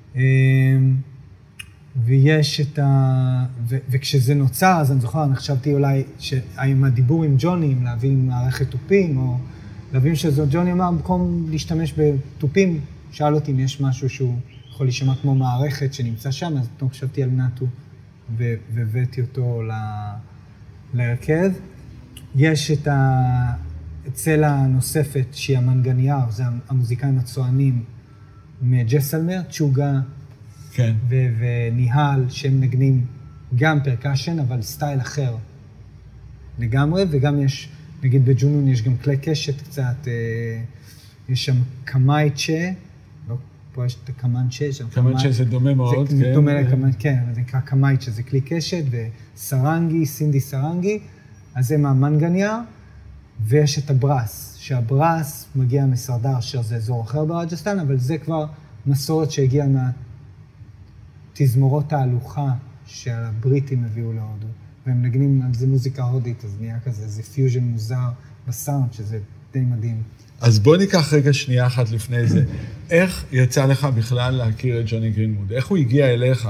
ויש את וכשזה נוצר, אז אני זוכר, אני חשבתי אולי עם הדיבור עם ג'וני, להביא מערכת טופים, או להבין שזו, ג'וני אמר, במקום להשתמש בטופים, שאל אותי אם יש משהו שהוא יכול להישמע כמו מערכת שנמצא שם, אז פתאום חשבתי על נאטו, והבאתי אותו להרכב. יש את הצלע הנוספת, שהיא המנגנייר, זה המוזיקאים הצוענים מג'סלמר, צ'וגה, כן. וניהל, שהם נגנים גם פרקשן, אבל סטייל אחר לגמרי, וגם יש, נגיד בג'ונון יש גם כלי קשת קצת, יש שם קמייצ'ה, לא, פה יש את הקמנצ'ה, קמנצ'ה זה דומה מאוד, זה כן. דומה לקמנצ'ה, כן, זה נקרא קמייצ'ה, זה כלי קשת, וסרנגי, סינדי סרנגי, אז זה מהמנגנייר, ויש את הברס, שהברס מגיע מסרדר, שזה אזור אחר ברג'סטן, אבל זה כבר מסורת שהגיעה מהתזמורות ההלוכה שהבריטים הביאו להודו. והם נגנים על זה מוזיקה הודית, אז נהיה כזה, זה פיוז'ן מוזר בסאונד, שזה די מדהים. אז בוא ניקח רגע שנייה אחת לפני זה. איך יצא לך בכלל להכיר את ג'וני גרינווד? איך הוא הגיע אליך?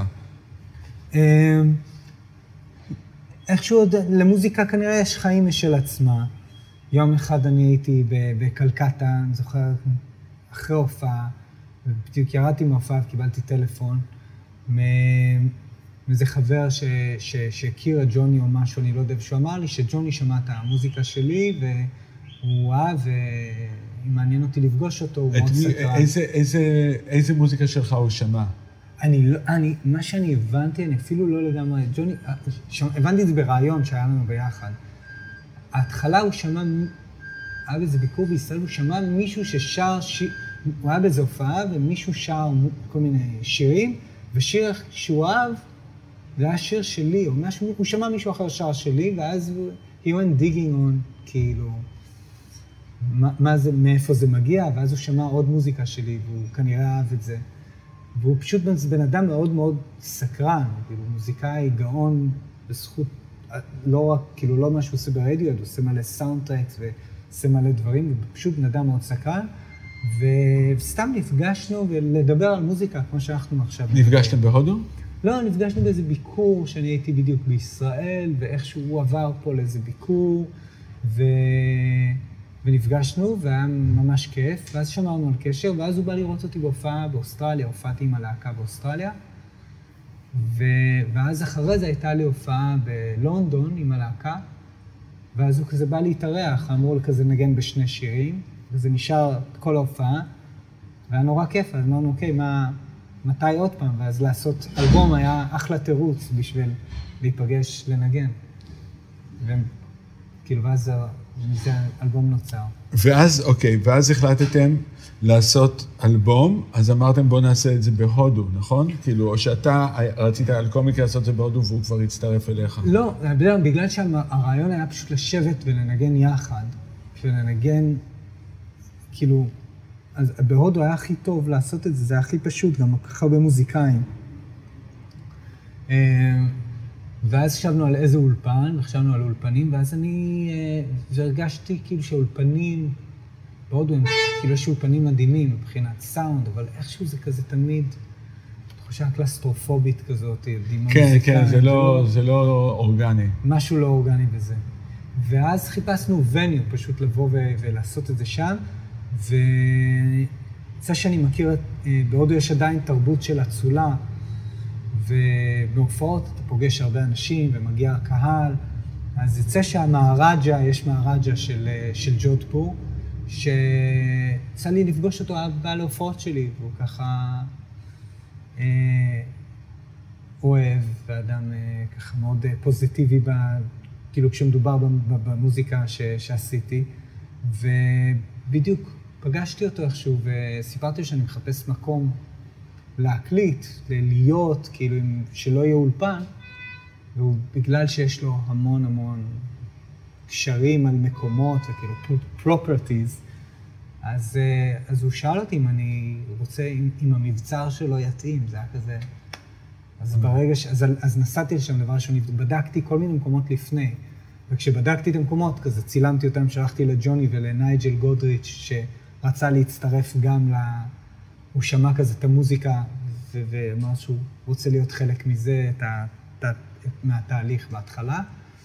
איכשהו למוזיקה כנראה יש חיים משל עצמה. יום אחד אני הייתי בקלקטה, אני זוכר, אחרי הופעה, ובדיוק ירדתי מההופעה וקיבלתי טלפון, מאיזה חבר שהכיר את ג'וני או משהו, אני לא יודע, שהוא אמר לי שג'וני שמע את המוזיקה שלי, והוא אהב, ומעניין אותי לפגוש אותו, הוא מאוד סקרן. איזה מוזיקה שלך הוא שמע? מה שאני הבנתי, אני אפילו לא לגמרי, ג'וני, הבנתי את זה ברעיון שהיה לנו ביחד. ההתחלה הוא שמע, היה באיזה ביקור בישראל, הוא שמע מישהו ששר, הוא היה באיזו הופעה, ומישהו שר כל מיני שירים, ושיר שהוא אהב, זה היה שיר שלי, או משהו, הוא שמע מישהו אחר שר שלי, ואז he went digging on, כאילו, מאיפה זה מגיע, ואז הוא שמע עוד מוזיקה שלי, והוא כנראה אהב את זה. והוא פשוט בן אדם מאוד מאוד סקרן, כאילו, מוזיקאי גאון בזכות, לא רק, כאילו, לא מה שהוא עושה ברדיו, הוא עושה מלא סאונדטרקס ועושה מלא דברים, ופשוט בן אדם מאוד סקרן, וסתם נפגשנו ולדבר על מוזיקה, כמו שאנחנו עכשיו. נפגשתם בהודו? לא, נפגשנו באיזה ביקור, שאני הייתי בדיוק בישראל, ואיכשהו הוא עבר פה לאיזה ביקור, ונפגשנו, והיה ממש כיף, ואז שמרנו על קשר, ואז הוא בא לראות אותי בהופעה באוסטרליה, הופעתי עם הלהקה באוסטרליה, ואז אחרי זה הייתה לי הופעה בלונדון עם הלהקה, ואז הוא כזה בא להתארח, אמרו כזה נגן בשני שירים, וזה נשאר כל ההופעה, והיה נורא כיף, אז אמרנו, אוקיי, מתי עוד פעם? ואז לעשות אלבום היה אחלה תירוץ בשביל להיפגש לנגן. כאילו, ואז מזה האלבום נוצר. ואז, אוקיי, ואז החלטתם לעשות אלבום, אז אמרתם בוא נעשה את זה בהודו, נכון? כאילו, או שאתה רצית על קומיקה לעשות את זה בהודו והוא כבר הצטרף אליך. לא, בגלל שהרעיון היה פשוט לשבת ולנגן יחד, ולנגן, כאילו, אז בהודו היה הכי טוב לעשות את זה, זה היה הכי פשוט, גם כל כך הרבה מוזיקאים. ואז חשבנו על איזה אולפן, חשבנו על אולפנים, ואז אני הרגשתי כאילו שהאולפנים, בהודו הם כאילו יש אולפנים מדהימים מבחינת סאונד, אבל איכשהו זה כזה תמיד, תחושה קלסטרופובית כזאת, כן, כן, זה לא אורגני. משהו לא אורגני בזה. ואז חיפשנו וניו, פשוט לבוא ולעשות את זה שם, ויצא שאני מכיר, בהודו יש עדיין תרבות של אצולה, ובהופעות אתה פוגש הרבה אנשים ומגיע הקהל, אז יצא שהמהרג'ה, יש מהרג'ה של ג'ודפור, שיצא לי לפגוש אותו, היה בא להופעות שלי, והוא ככה אוהב, ואדם ככה מאוד פוזיטיבי, כאילו כשמדובר במוזיקה שעשיתי, ובדיוק פגשתי אותו איכשהו, וסיפרתי שאני מחפש מקום להקליט, להיות, כאילו, שלא יהיה אולפן, והוא בגלל שיש לו המון המון קשרים על מקומות וכאילו properties, אז הוא שאל אותי אם אני רוצה, אם המבצר שלו יתאים, זה היה כזה. אז ברגע אז נסעתי לשם דבר ראשון, בדקתי כל מיני מקומות לפני, וכשבדקתי את המקומות, כזה צילמתי אותם, שלחתי לג'וני ולנייג'ל גודריץ' שרצה להצטרף גם הוא שמע כזה את המוזיקה, ואמר שהוא רוצה להיות חלק מזה, מהתהליך בהתחלה.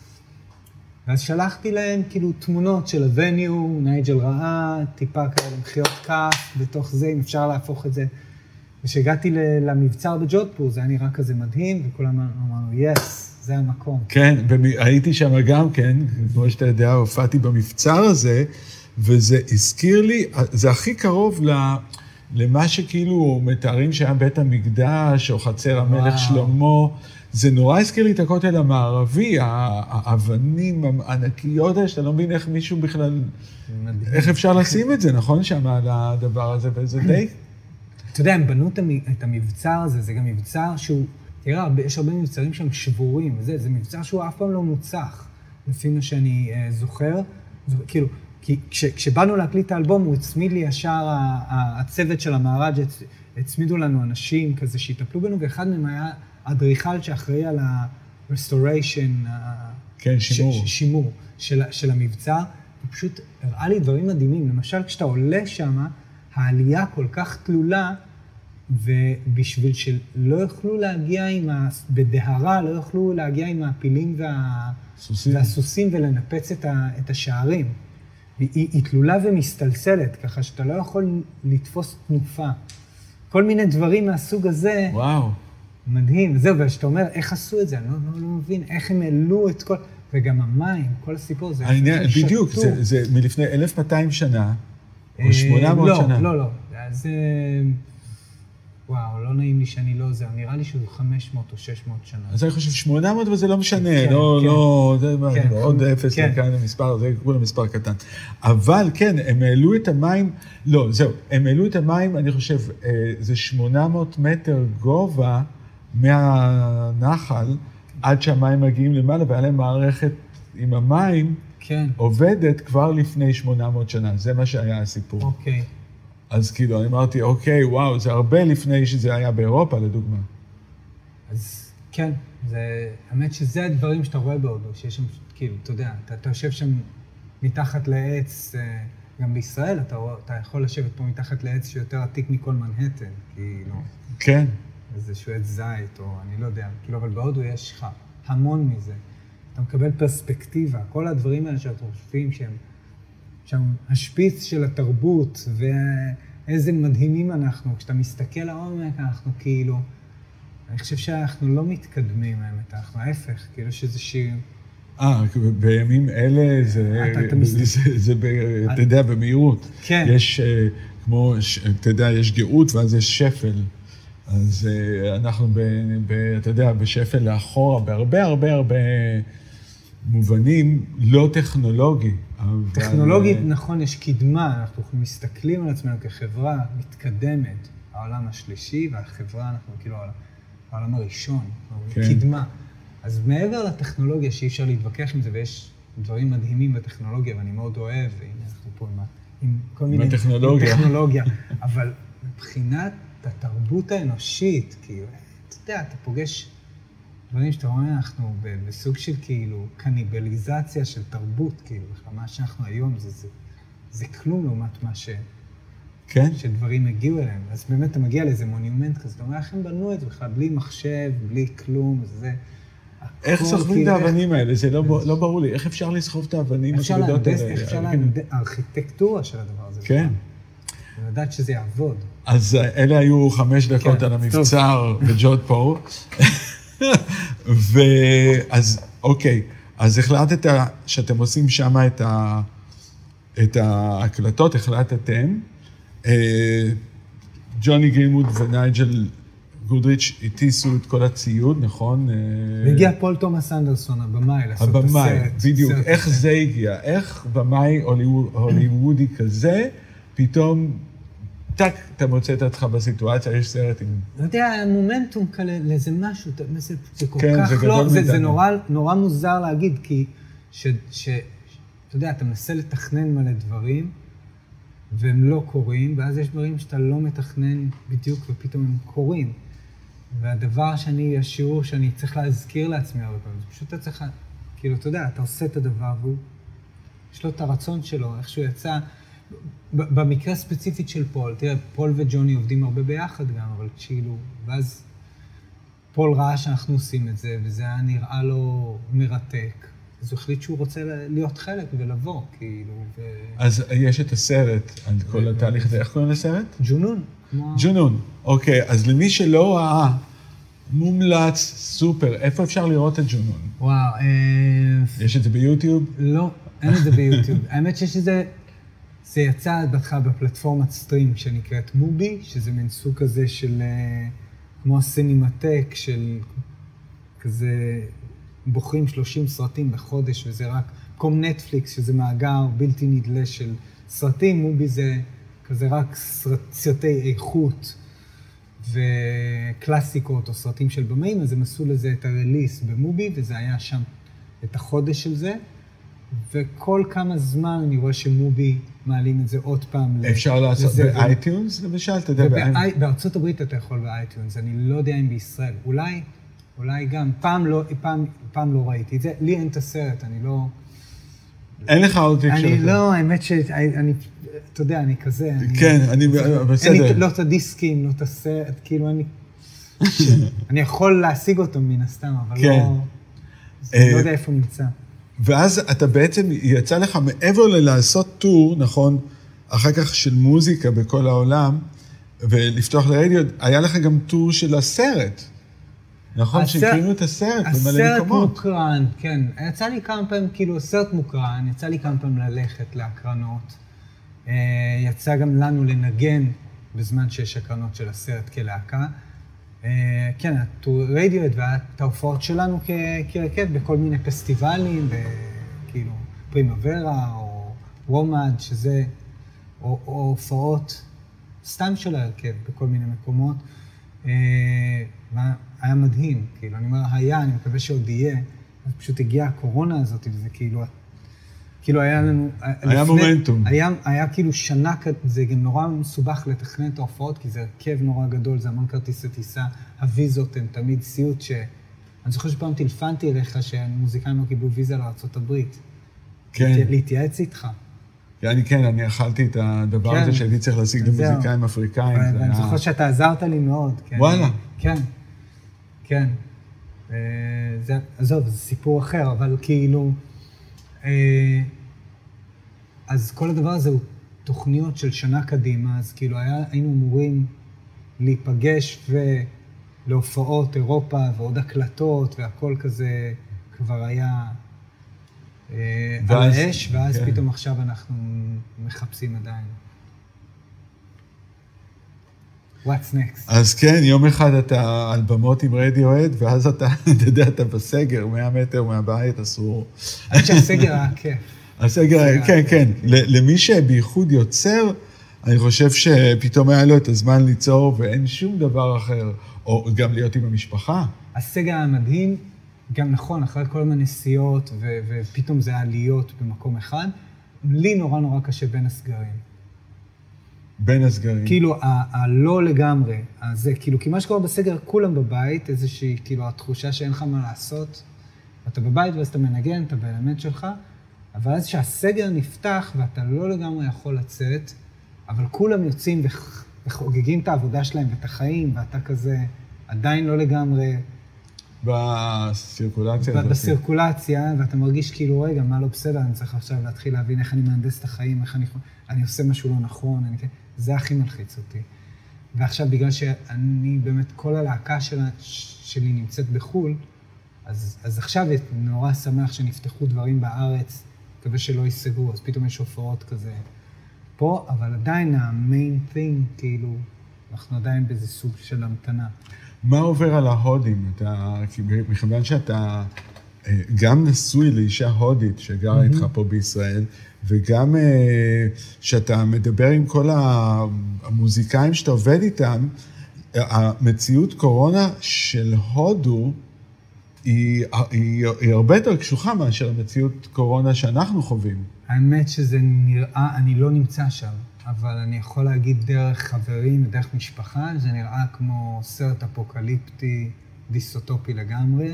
ואז שלחתי להם כאילו תמונות של הווניו, נייג'ל ראה, טיפה כאלה מחיות כף, בתוך זה, אם אפשר להפוך את זה. וכשהגעתי למבצר בג'ודפור, זה היה נראה כזה מדהים, וכולם אמרנו, יס, זה המקום. כן, הייתי שם גם כן, כמו שאתה יודע, הופעתי במבצר הזה, וזה הזכיר לי, זה הכי קרוב למה שכאילו מתארים שהיה בית המקדש, או חצר המלך שלמה, זה נורא הזכיר לי את הכותל המערבי, האבנים הענקיות האלה, שאתה לא מבין איך מישהו בכלל, איך אפשר לשים את זה, נכון? שם על הדבר הזה, וזה די... אתה יודע, הם בנו את המבצר הזה, זה גם מבצר שהוא, תראה, יש הרבה מבצרים שהם שבורים, זה מבצר שהוא אף פעם לא מוצח, לפי מה שאני זוכר, כאילו, כי כשבאנו להקליט את האלבום, הוא הצמיד לי ישר, הצוות של המהרג' הצמידו לנו אנשים כזה שהטפלו בנו, ואחד מהם היה אדריכל שאחראי על ה-restoration, כן, שימור של המבצר, הוא פשוט הראה לי דברים מדהימים. למשל, כשאתה עולה שם, העלייה כל כך תלולה, ובשביל שלא יוכלו להגיע בדהרה, לא יוכלו להגיע עם הפילים והסוסים ולנפץ את השערים. היא תלולה ומסתלסלת, ככה שאתה לא יכול לתפוס תנופה. כל מיני דברים מהסוג הזה. וואו. מדהים. זהו, ושאתה אומר, איך עשו את זה? אני לא מבין, איך הם העלו את כל... וגם המים, כל הסיפור, זה... בדיוק, זה מלפני 1200 שנה, או 800 שנה. לא. אז... וואו, לא נעים לי שאני לא זה, נראה לי שזה 500 או 600 שנה. אז אני חושב 800 וזה לא משנה, לא, זה עוד אפס לכאן המספר, זה כולה מספר קטן. אבל כן, הם העלו את המים, לא, זהו, הם העלו את המים, אני חושב, זה 800 מטר גובה מהנחל, עד שהמים מגיעים למעלה, והיה להם מערכת עם המים, עובדת כבר לפני 800 שנה, זה מה שהיה הסיפור. אוקיי. אז כאילו, אני אמרתי, אוקיי, וואו, זה הרבה לפני שזה היה באירופה, לדוגמה. אז כן, האמת שזה הדברים שאתה רואה בהודו, שיש שם, כאילו, אתה יודע, אתה יושב שם מתחת לעץ, גם בישראל, אתה יכול לשבת פה מתחת לעץ שיותר עתיק מכל מנהטן, כאילו... כן. איזשהו עץ זית, או אני לא יודע, כאילו, אבל בהודו יש לך המון מזה. אתה מקבל פרספקטיבה, כל הדברים האלה שאתה חושבים שהם... שם השפיץ של התרבות, ואיזה מדהימים אנחנו. כשאתה מסתכל לעומק, אנחנו כאילו... אני חושב שאנחנו לא מתקדמים, האמת, אנחנו ההפך, כאילו שזה שיר... בימים אלה זה, אתה יודע, במהירות. כן. יש כמו, אתה יודע, יש גאות ואז יש שפל. אז אנחנו, אתה יודע, בשפל לאחורה, בהרבה, הרבה, הרבה מובנים לא טכנולוגי. טכנולוגית, נכון, יש קדמה, אנחנו מסתכלים על עצמנו כחברה מתקדמת, העולם השלישי, והחברה, אנחנו כאילו העולם הראשון, קדמה. אז מעבר לטכנולוגיה שאי אפשר להתווכח עם זה, ויש דברים מדהימים בטכנולוגיה, ואני מאוד אוהב, והנה אנחנו פה עם כל מיני... בטכנולוגיה. אבל מבחינת התרבות האנושית, כאילו, אתה יודע, אתה פוגש דברים שאתה רואה, אנחנו בסוג של כאילו קניבליזציה של תרבות, כאילו, מה שאנחנו היום זה כלום לעומת מה כן? שדברים הגיעו אליהם. אז באמת אתה מגיע לאיזה מונימנט כזה, אתה אומר, איך הם בנו את זה בכלל, בלי מחשב, בלי כלום, זה... איך סוחבים את האבנים האלה? זה לא ברור לי. איך אפשר לסחוב את האבנים הכבדות האלה? איך אפשר להנדס, הארכיטקטורה של הדבר הזה. כן. אני יודעת שזה יעבוד. אז אלה היו 5 דקות על המבצר בג'וד פור. ואז, אוקיי, אז החלטת שאתם עושים שם את ההקלטות, החלטתם. ג'וני גרינווד ונייג'ל גודריץ' הטיסו את כל הציוד, נכון? והגיע פול תומאס אנדרסון, הבמאי, לעשות את הסרט. הבמאי, בדיוק. איך זה הגיע? איך במאי הוליוודי כזה, פתאום, טק, אתה מוצא את עצמך בסיטואציה, יש סרט עם... לא יודע, המומנטום כאלה, לאיזה משהו, זה כל כן, כך לא, זה זה נורא מוזר להגיד, כי אתה יודע, אתה מנסה לתכנן מלא דברים, והם לא קורים, ואז יש דברים שאתה לא מתכנן בדיוק, ופתאום הם קורים. והדבר השיעור שאני צריך להזכיר לעצמי הרבה פעמים, זה פשוט אתה צריך, כאילו, אתה יודע, אתה עושה את הדבר, והוא, יש לו את הרצון שלו, איך שהוא יצא, במקרה ספציפית של פול, תראה, פול וג'וני עובדים הרבה ביחד גם, אבל כאילו, ואז פול ראה שאנחנו עושים את זה, וזה היה נראה לו מרתק. אז הוא החליט שהוא רוצה להיות חלק ולבוא, כאילו, אז יש את הסרט על כל התהליך הזה. איך קוראים לסרט? ג'ונון. ג'ונון. אוקיי, אז למי שלא ראה, מומלץ, סופר, איפה אפשר לראות את ג'ונון? וואו, יש את זה ביוטיוב? לא, אין את זה ביוטיוב. האמת שיש את זה, זה יצא בהתחלה בפלטפורמת סטרים שנקראת מובי, שזה מין סוג כזה של, כמו הסינמטק של כזה, בוחרים 30 סרטים בחודש, וזה רק קום נטפליקס, שזה מאגר בלתי נדלה של סרטים. מובי זה כזה רק סרטי איכות וקלאסיקות או סרטים של במאים, אז הם עשו לזה את הרליס במובי, וזה היה שם את החודש של זה. וכל כמה זמן אני רואה שמובי מעלים את זה עוד פעם. אפשר לעשות באייטיונס, למשל? בארצות הברית אתה יכול באייטיונס, אני לא יודע אם בישראל. אולי גם, פעם לא ראיתי את זה. לי אין את הסרט, אני לא... אין לך עוד פיקשן? אני לא, האמת שאני, אתה יודע, אני כזה... כן, אני בסדר. אין לי לא את הדיסקים, לא את הסרט, כאילו אני יכול להשיג אותו מן הסתם, אבל לא יודע איפה נמצא. ואז אתה בעצם, יצא לך מעבר ללעשות טור, נכון, אחר כך של מוזיקה בכל העולם, ולפתוח לרדיו, היה לך גם טור של הסרט. נכון, שהקרינו את הסרט במלא מקומות. הסרט מוקרן, כן. יצא לי כמה פעמים, כאילו, הסרט מוקרן, יצא לי כמה פעמים ללכת להקרנות. יצא גם לנו לנגן בזמן שיש הקרנות של הסרט כלהקה. כן, רדיואד ואת ההופעות שלנו כרכב בכל מיני פסטיבלים, כאילו פרימוורה או וומד, שזה, או הופעות סתם של הרכב בכל מיני מקומות. היה מדהים, כאילו, אני אומר, אני מקווה שעוד יהיה, אז פשוט הגיעה הקורונה הזאת, וזה כאילו היה לנו... היה מומנטום. היה כאילו שנה, זה גם נורא מסובך לתכנן את ההופעות, כי זה הרכב נורא גדול, זה המון כרטיסי טיסה, הוויזות הם תמיד סיוט אני זוכר שפעם טלפנתי אליך שהמוזיקאים לא קיבלו ויזה לארצות הברית. כן. להתייעץ איתך. אני אכלתי את הדבר הזה שהייתי צריך להשיג למוזיקאים אפריקאים. ואני זוכר שאתה עזרת לי מאוד. וואלה. כן. עזוב, זה סיפור אחר, אבל כאילו... אז כל הדבר הזה הוא תוכניות של שנה קדימה, אז כאילו היינו אמורים להיפגש ולהופעות אירופה ועוד הקלטות והכל כזה כבר היה על האש, ואז פתאום עכשיו אנחנו מחפשים עדיין. What's next? אז כן, יום אחד אתה על במות עם רדיואד, ואז אתה יודע, אתה בסגר, 100 מטר מהבית, אסור. עד שהסגר היה כיף. הסגר, כן, כן. למי שבייחוד יוצר, אני חושב שפתאום היה לו את הזמן ליצור, ואין שום דבר אחר, או גם להיות עם המשפחה. הסגר היה מדהים, גם נכון, אחרי כל מיני נסיעות, ופתאום זה היה להיות במקום אחד, לי נורא נורא קשה בין הסגרים. בין הסגרים. כאילו, הלא לגמרי, זה, כאילו, כי מה שקורה בסגר, כולם בבית, איזושהי, כאילו, התחושה שאין לך מה לעשות, אתה בבית ואז אתה מנגן, אתה באלמנט שלך, אבל אז שהסגר נפתח ואתה לא לגמרי יכול לצאת, אבל כולם יוצאים וחוגגים את העבודה שלהם ואת החיים, ואתה כזה עדיין לא לגמרי... בסירקולציה. בסירקולציה, ואתה מרגיש כאילו, רגע, מה לא בסדר, אני צריך עכשיו להתחיל להבין איך אני מהנדס את החיים, איך אני עושה משהו לא נכון, זה הכי מלחיץ אותי. ועכשיו, בגלל שאני באמת, כל הלהקה שלי נמצאת בחול, אז עכשיו נורא שמח שנפתחו דברים בארץ, מקווה שלא ייסגרו, אז פתאום יש הופעות כזה פה, אבל עדיין ה-main thing, כאילו, אנחנו עדיין באיזה סוג של המתנה. מה עובר על ההודים? מכיוון שאתה גם נשוי לאישה הודית שגרה איתך פה בישראל, וגם שאתה מדבר עם כל המוזיקאים שאתה עובד איתם, המציאות קורונה של הודו היא הרבה יותר קשוחה מאשר המציאות קורונה שאנחנו חווים. האמת שזה נראה, אני לא נמצא שם, אבל אני יכול להגיד דרך חברים ודרך משפחה, זה נראה כמו סרט אפוקליפטי, דיסטופי לגמרי.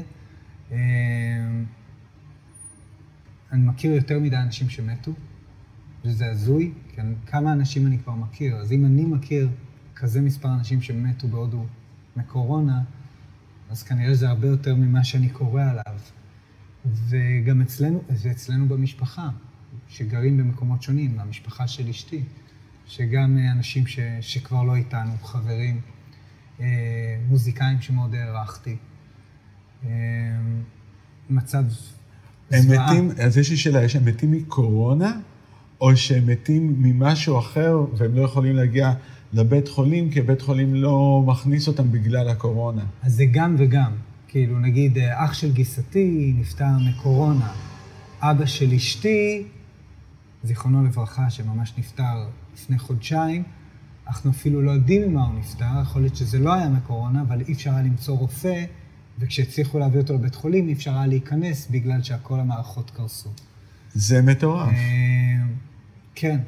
אני מכיר יותר מדי אנשים שמתו, וזה הזוי, כי כמה אנשים אני כבר מכיר. אז אם אני מכיר כזה מספר אנשים שמתו בהודו מקורונה, אז כנראה זה הרבה יותר ממה שאני קורא עליו. וגם אצלנו במשפחה, שגרים במקומות שונים, המשפחה של אשתי, שגם אנשים שכבר לא איתנו, חברים, מוזיקאים שמאוד הערכתי. מצב זוועה. הם מתים, אז יש לי שאלה, הם מתים מקורונה, או שהם מתים ממשהו אחר, והם לא יכולים להגיע לבית חולים, כי בית חולים לא מכניס אותם בגלל הקורונה? אז זה גם וגם. כאילו, נגיד, אח של גיסתי נפטר מקורונה. אבא של אשתי, זיכרונו לברכה, שממש נפטר לפני חודשיים, אנחנו אפילו לא יודעים ממה הוא נפטר, יכול להיות שזה לא היה מקורונה, אבל אי אפשר היה למצוא רופא, וכשהצליחו להביא אותו לבית חולים, אי אפשר היה להיכנס, בגלל שהכל המערכות קרסו. זה מטורף. כן,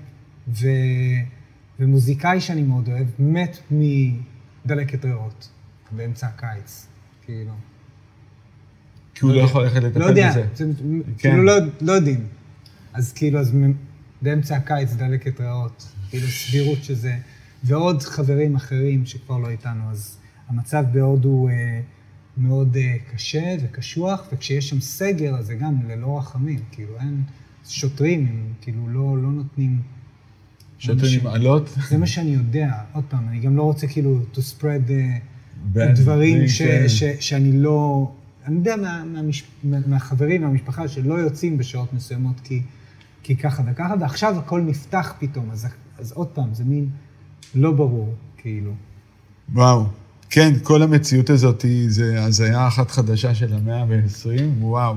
ומוזיקאי שאני מאוד אוהב, מת מדלקת ריאות, באמצע הקיץ, כאילו. כי הוא לא יכול ללכת לטפל בזה. לא יודע, כאילו לא יודעים. אז כאילו, באמצע הקיץ דלקת ריאות, כאילו סבירות שזה, ועוד חברים אחרים שכבר לא איתנו, אז המצב בעוד הוא מאוד קשה וקשוח, וכשיש שם סגר, אז זה גם ללא רחמים, כאילו אין שוטרים, הם כאילו לא נותנים... שוטרים עם עלות? זה מה שאני יודע, עוד פעם, אני גם לא רוצה כאילו to spread דברים שאני לא... אני יודע מהחברים, מהמשפחה, שלא יוצאים בשעות מסוימות, כי ככה וככה, ועכשיו הכל נפתח פתאום, אז עוד פעם, זה מין לא ברור, כאילו. וואו. כן, כל המציאות הזאת, זה הזיה אחת חדשה של ה-120, וואו.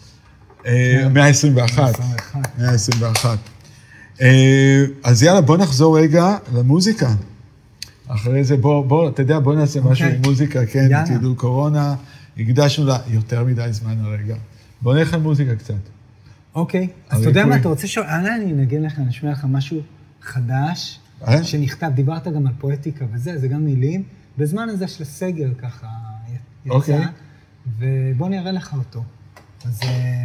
121. 121. אז יאללה, בוא נחזור רגע למוזיקה. אחרי זה, בוא, אתה יודע, בוא נעשה משהו עם מוזיקה, כן, כאילו קורונה, הקדשנו לה יותר מדי זמן הרגע. בוא נלך על מוזיקה קצת. אוקיי, אז אתה יודע מה, אתה רוצה אני אנגן לך, אני אשמיע לך משהו חדש, שנכתב, דיברת גם על פואטיקה וזה, זה גם מילים, בזמן הזה של הסגר ככה יצא, ובוא נראה לך אותו. אז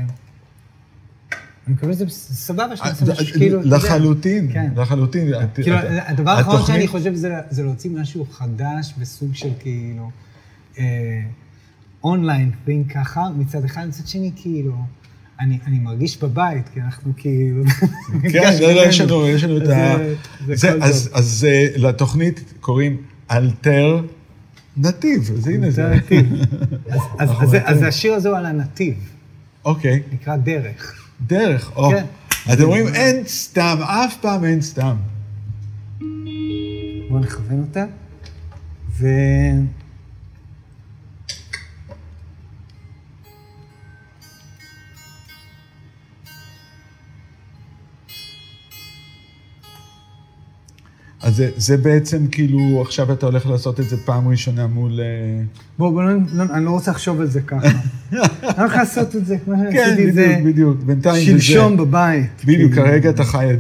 אני מקווה שזה סבבה שנעשה משהו כאילו... לחלוטין, לחלוטין. כאילו, הדבר האחרון שאני חושב זה להוציא משהו חדש בסוג של כאילו אונליין, בין ככה, מצד אחד, מצד שני כאילו, אני מרגיש בבית, כי אנחנו כאילו... כן, יש לנו את ה... אז לתוכנית קוראים אלטר נתיב, אז הנה זה. אז השיר הזה הוא על הנתיב. אוקיי. נקרא דרך. דרך, או. אתם רואים, אין סתם, אף פעם אין סתם. בואו נכוון אותה. אז זה בעצם כאילו, עכשיו אתה הולך לעשות את זה פעם ראשונה מול... אני לא רוצה לחשוב על זה ככה. אני הולך לעשות את זה, כמו שעשיתי את זה... כן, בדיוק, בינתיים זה זה. שלשום בבית. בדיוק, כרגע אתה חי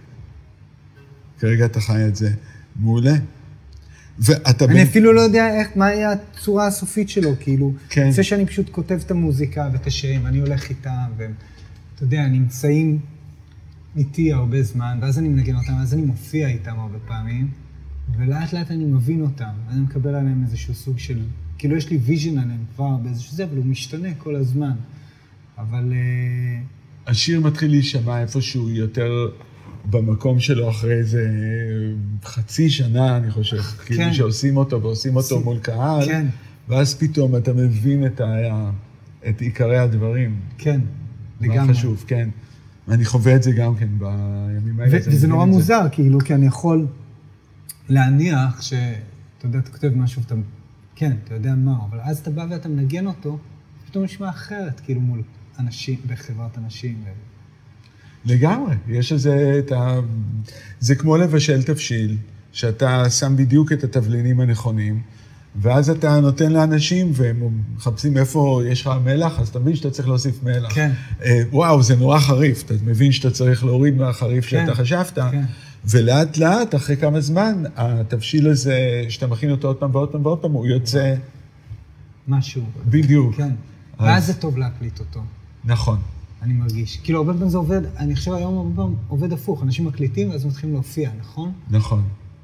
את זה. מעולה. אני אפילו לא יודע מה היה הצורה הסופית שלו, כאילו. כן. זה שאני פשוט כותב את המוזיקה ואת השירים, ואני הולך איתם, ואתה יודע, נמצאים איתי הרבה זמן, ואז אני מנגן אותם, ואז אני מופיע איתם הרבה פעמים, ולאט לאט אני מבין אותם, ואני מקבל עליהם איזשהו סוג של... כאילו יש לי ויז'ן עליהם כבר באיזשהו זה, אבל הוא משתנה כל הזמן. אבל... השיר מתחיל להישמע איפשהו יותר במקום שלו אחרי איזה חצי שנה, אני חושב. כן. כאילו שעושים אותו ועושים אותו מול קהל, כן. ואז פתאום אתה מבין את עיקרי הדברים. כן, לגמרי. מה חשוב, כן. אני חווה את זה גם כן בימים האלה. וזה נורא מוזר, כאילו, כי אני יכול להניח שאתה יודע, אתה כותב משהו, כן, אתה יודע מה, אבל אז אתה בא ואתה מנגן אותו, פתאום נשמע אחרת, כאילו מול אנשים, בחברת אנשים. לגמרי, יש איזה, זה כמו לבשל תבשיל, שאתה שם בדיוק את התבלינים הנכונים, ואז אתה נותן לאנשים, והם מחפשים איפה יש לך מלח, אז אתה מבין שאתה צריך להוסיף מלח. כן. וואו, זה נורא חריף, אתה מבין שאתה צריך להוריד מהחריף שאתה חשבת, ולאט לאט, אחרי כמה זמן, התבשיל הזה, שאתה מכין אותו עוד פעם ועוד פעם ועוד פעם, הוא יוצא... משהו. בדיוק. כן. ואז זה טוב להקליט אותו. נכון. אני מרגיש. כאילו, הרבה פעמים זה עובד, אני חושב היום הרבה פעמים עובד הפוך, אנשים מקליטים ואז מתחילים להופיע, נכון? נכון.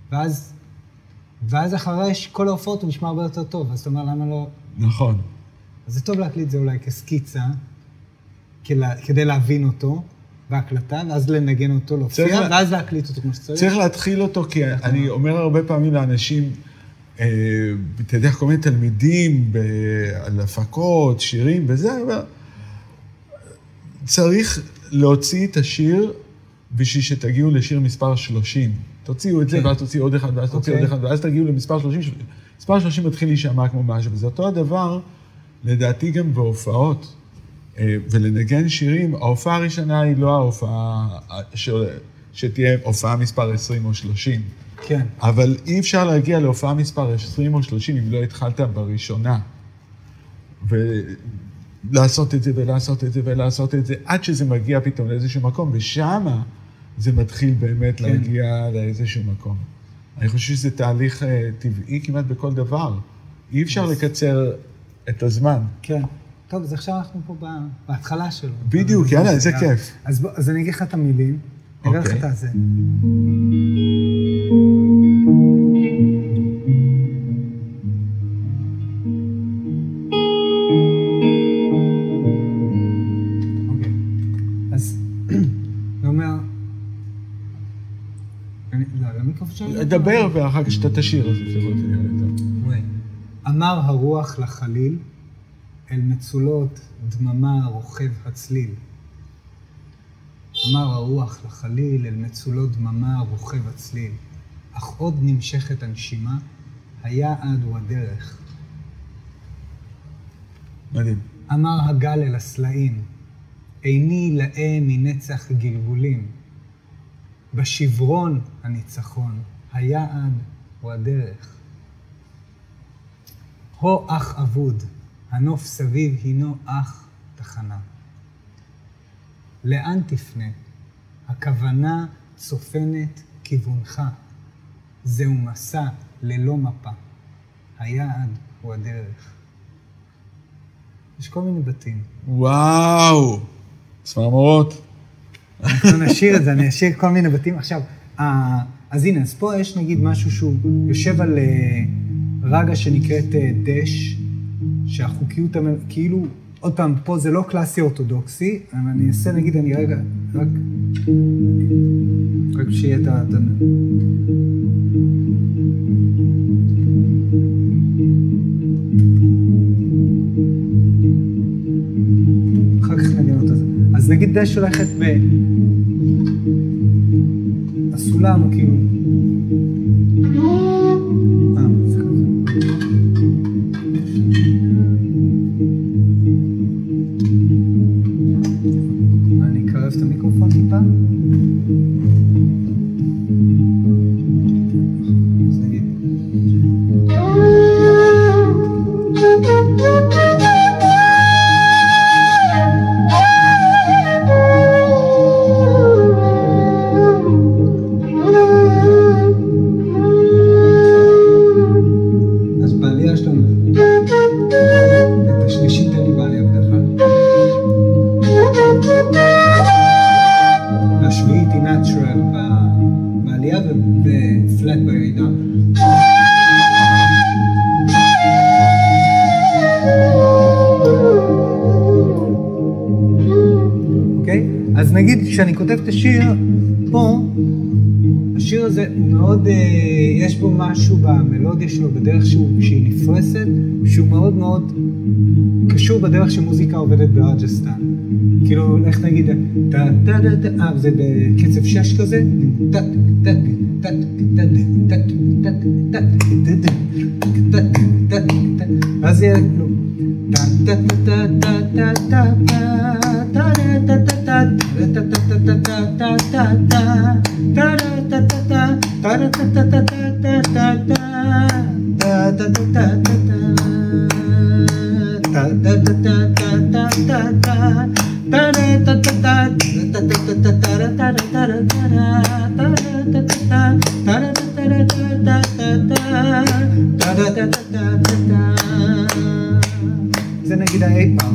ואז אחרי כל ההופעות הוא נשמע הרבה יותר טוב, אז אתה אומר, למה לא... נכון. אז זה טוב להקליט זה אולי כסקיצה, כדי להבין אותו בהקלטה, ואז לנגן אותו, להופיע, ואז להקליט אותו כמו שצריך. צריך להתחיל אותו, כי אני אומר הרבה פעמים לאנשים, אתה יודע, כל מיני תלמידים, על הפקות, שירים, וזה, צריך להוציא את השיר בשביל שתגיעו לשיר מספר 30. תוציאו את זה, ואז תוציאו עוד אחד, ואז תוציאו עוד אחד, ואז תגיעו למספר 30. מספר 30 מתחיל להישמע כמו משהו, וזה אותו הדבר, לדעתי גם בהופעות, ולנגן שירים, ההופעה הראשונה היא לא ההופעה שתהיה הופעה מספר 20 או 30. כן. אבל אי אפשר להגיע להופעה מספר 20 או 30 אם לא התחלת בראשונה. ולעשות את זה ולעשות את זה ולעשות את זה, עד שזה מגיע פתאום לאיזשהו מקום, ושמה זה מתחיל באמת להגיע לאיזשהו מקום. אני חושב שזה תהליך טבעי כמעט בכל דבר. אי אפשר לקצר את הזמן. כן. טוב, אז עכשיו אנחנו פה בהתחלה שלו. בדיוק, יאללה, איזה כיף. אז אני אגיד לך את המילים, אני אגיד לך את הזה. אוקיי, אז אני אומר, דבר ואחר כך שאתה תשאיר, אז זה יכול להיות יותר. אמר הרוח לחליל, אל מצולות דממה רוכב הצליל. אמר הרוח לחליל, אל מצולות דממה רוכב הצליל. אך עוד נמשכת הנשימה, היעד הוא הדרך. מדהים. אמר הגל אל הסלעים, איני לאה מנצח גלגולים. בשברון הניצחון, היעד הוא הדרך. הו אח אבוד, הנוף סביב הינו אח תחנה. לאן תפנה? הכוונה צופנת כיוונך. זהו מסע ללא מפה. היעד הוא הדרך. יש כל מיני בתים. וואו! צמרמורות. אנחנו נשאיר את זה, אני אשאיר כל מיני בתים. עכשיו, אז הנה, אז פה יש נגיד משהו שהוא יושב על רגע שנקראת דש, שהחוקיות, כאילו, עוד פעם, פה זה לא קלאסי אורתודוקסי, אבל אני אעשה, נגיד, אני רגע, רק שיהיה את ה... אחר כך נגיד אותו זה. אז נגיד דש הולכת הסולם הוא כאילו... זה כזה. כשאני כותב את השיר, פה, השיר הזה הוא מאוד, יש בו משהו במלודיה שלו, בדרך שהיא נפרסת, שהוא מאוד מאוד קשור בדרך שמוזיקה עובדת ברג'סטן. כאילו, איך נגיד, זה בקצב 6 כזה, אז יהיה כאילו, זה נגיד ה-A-פארט.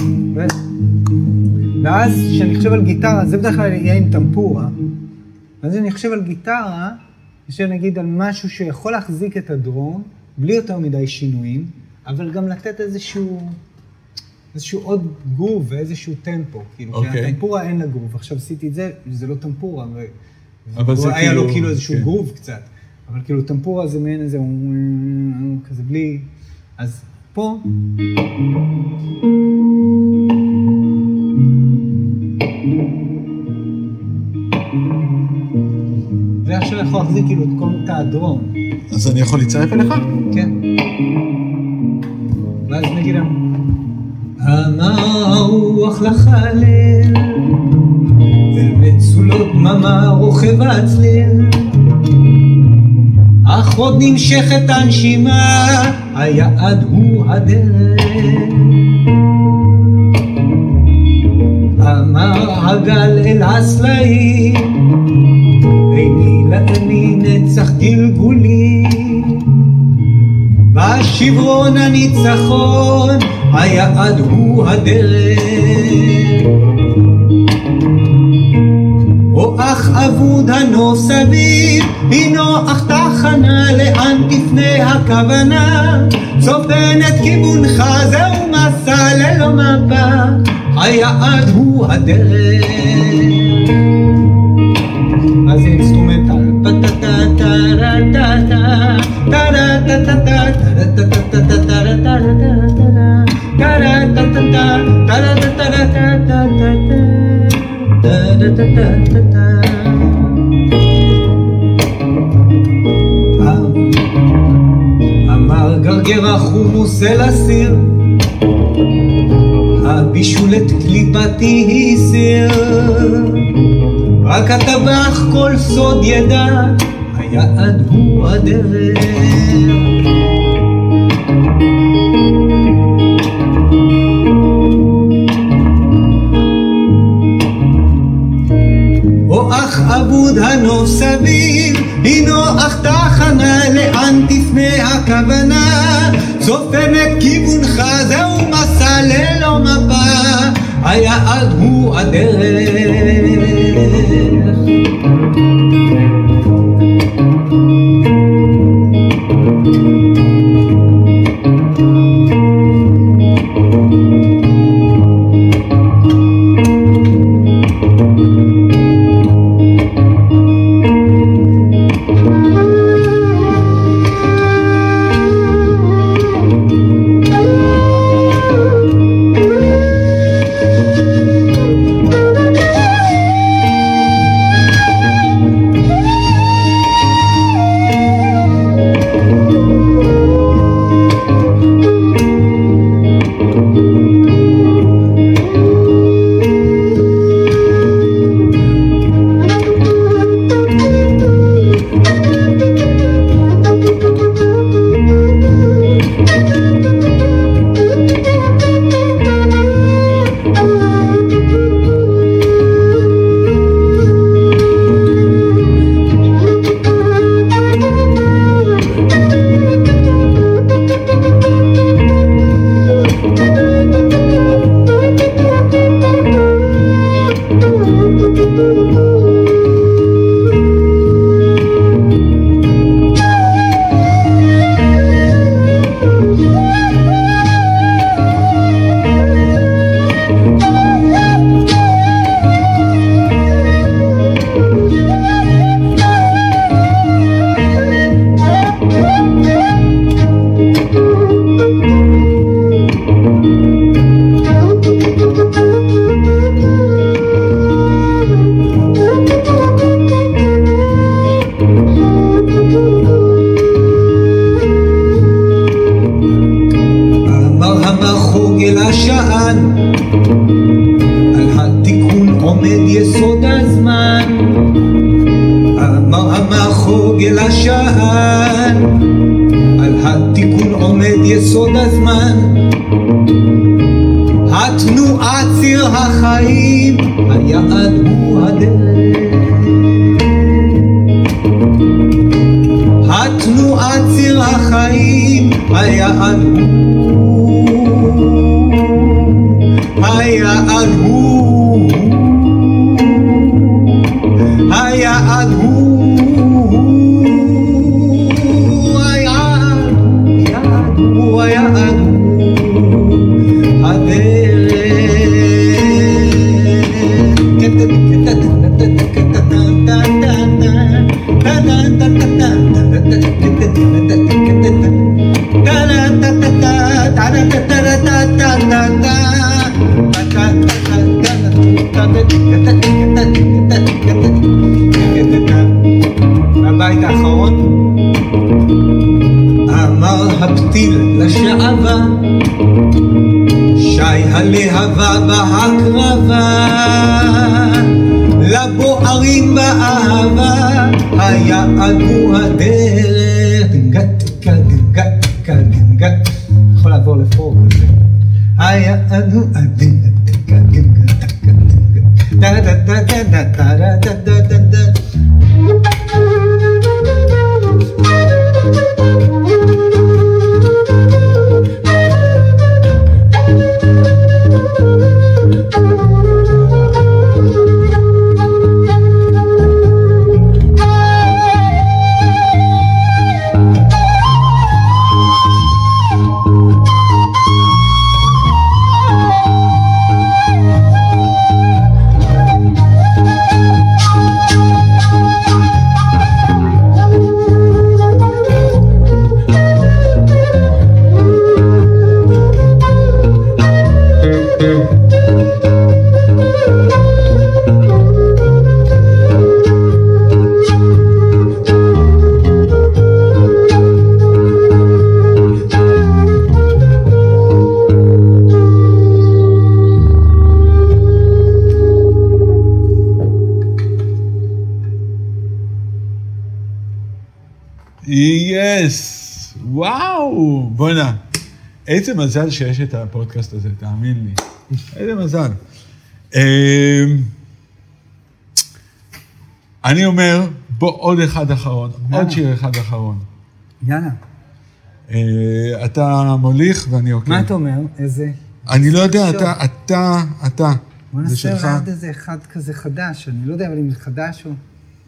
ואז כשאני חושב על גיטרה, זה בדרך כלל יהיה עם טמפורה. ואז אני חושב על גיטרה, שנגיד על משהו שיכול להחזיק את הדרום, בלי יותר מדי שינויים, אבל גם לתת איזשהו עוד גרוב ואיזשהו טמפו. כאילו, כי הטמפורה אין לה גרוב. עכשיו עשיתי את זה, זה לא טמפורה, אבל זה היה לו כאילו איזשהו גרוב קצת. אבל כאילו טמפורה זה מעין איזה, כזה בלי... אז פה... זה עכשיו יכול להחזיק כאילו את כל הדרום. אז אני יכול להצטרף אליך? כן. ואז נגיד המרוח לחלל ומצולות דממה רוכב הצליל אך עוד נמשכת הנשימה היעד הוא הדרך אמר הגל אל הסלעים איני לאני נצח גלגולי בשברון הניצחון היעד הוא הדרך או אך אבוד הנוף סביב הינו אך תחנה לאן תפנה הכוונה צופנת כיוונך זהו מסע ללא מפה היעד הוא הדרך אז אינסטרומנטל אמר גרגר החומוס אל הסיר הבישולת קליפתי היא סיר רק הטבח כל סוד ידע היעד הוא הדרך או אך אבוד הנוף סביב הינו אך תחנה לאן תפנה הכוונה צופנת כיוונך זהו מסע ללא מפה היעד הוא הדרך של השען, על התיקון עומד יסוד הזמן, התנועה ציר החיים, היעד הוא הדרך. התנועה ציר החיים, היעד הוא, היעד הוא, היעד הוא, היעד הוא, היעד הוא, הדרך. הבית האחרון אמר הפתיל לשעבה, שי הלהבה בהקרבה, לבוערים באהבה, היעד הוא הדרך. דינגטיקה, דינגטיקה, דינגט. יכול לעבור לפור כזה. היעד הוא הדינגטיקה, דינגטיקה, דינגט. דה דה דה דה דה דה דה דה דה. יס, וואו, בוא'נה, איזה מזל שיש את הפודקאסט הזה, תאמין לי, איזה מזל. אני אומר, בוא עוד אחד אחרון, עוד שיר אחד אחרון. יאללה. אתה מוליך ואני אוקיי. מה אתה אומר? איזה? אני לא יודע, אתה. בוא נעשה עוד איזה אחד כזה חדש, אני לא יודע אבל אם זה חדש או...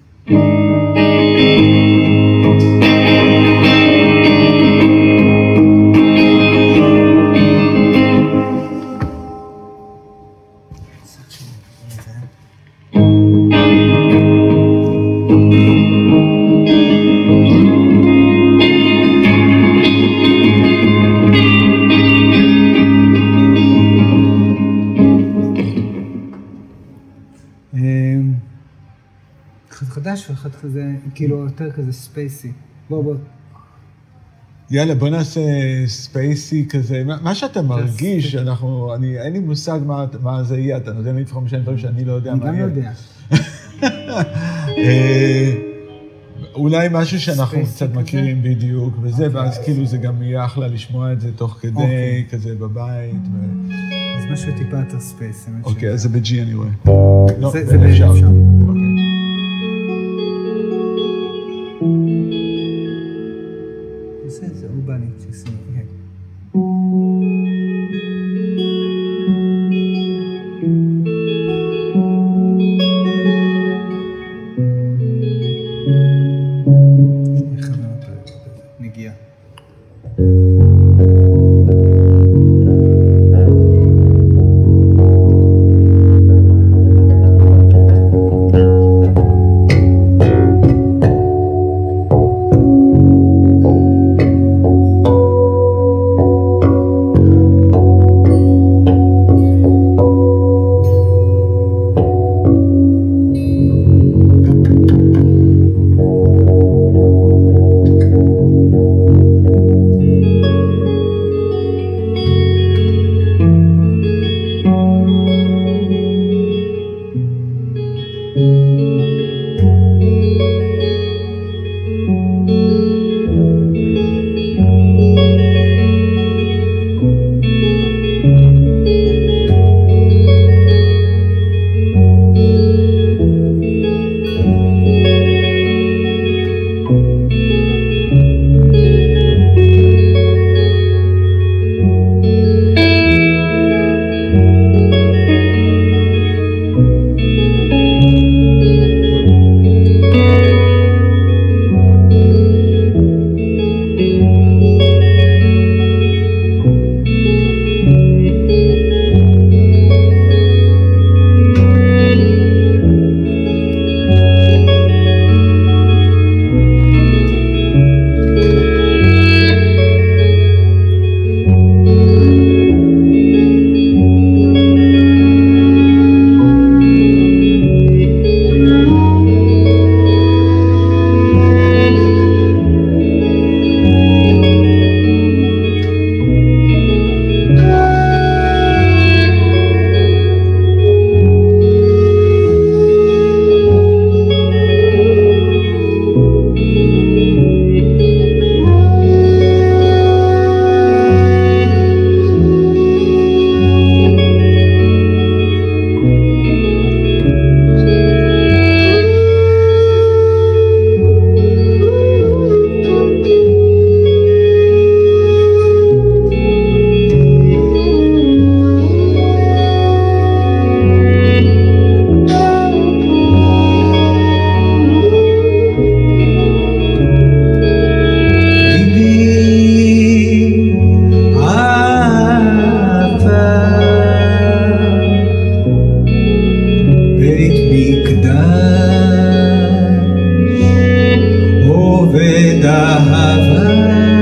חדש ואחד כזה, כאילו יותר כזה ספייסי. בוא. יאללה, בוא נעשה ספייסי כזה. מה שאתה מרגיש, אין לי מושג מה זה יהיה, אתה נותן לי לבחור משנה דברים שאני לא יודע מה יהיה. אני גם לא יודע. אולי משהו שאנחנו קצת מכירים בדיוק, וזה, ואז כאילו זה גם יהיה אחלה לשמוע את זה תוך כדי, כזה בבית. אז משהו טיפה יותר ספייסי. אוקיי, אז זה ב-G אני רואה. זה באפשר. זה אורבני, שיסים, כן. נגיע. עובד אהבה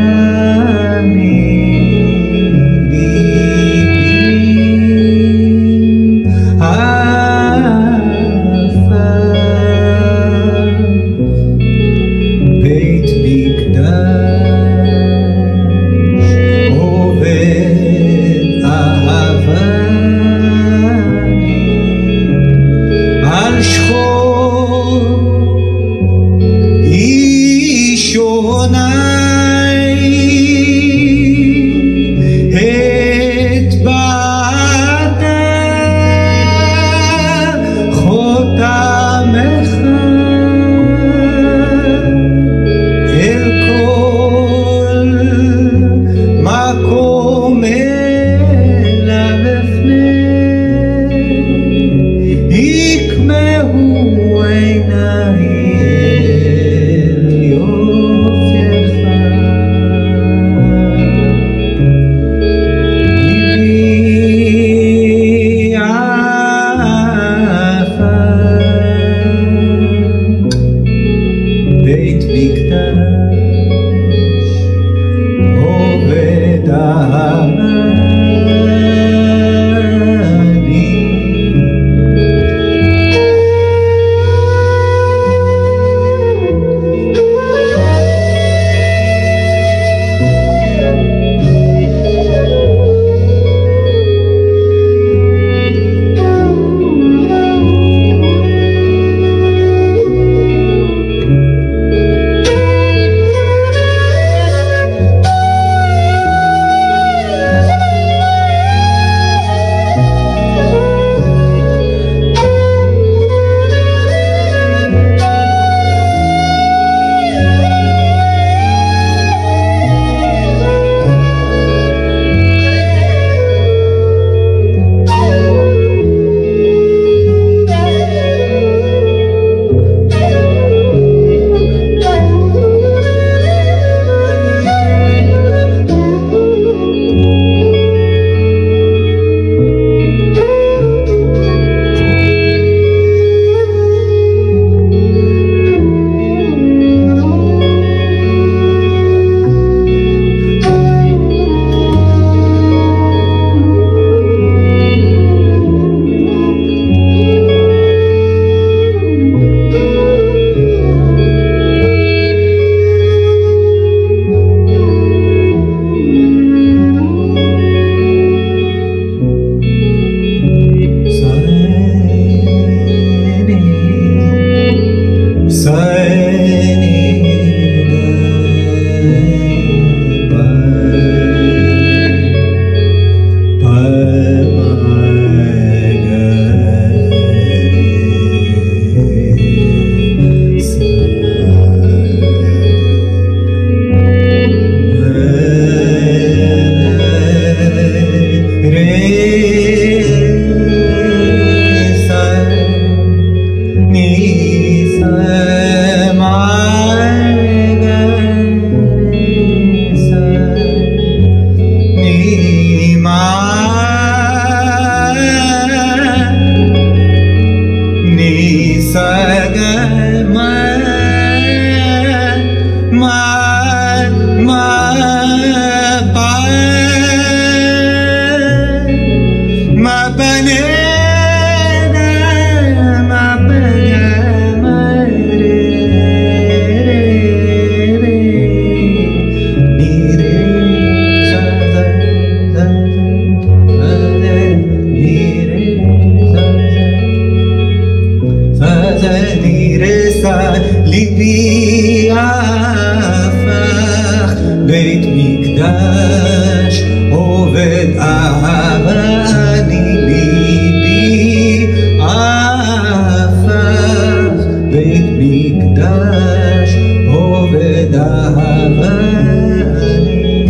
ליבי הפך בית מקדש עובד אהבה אני ליבי הפך בית מקדש עובד אהבה אני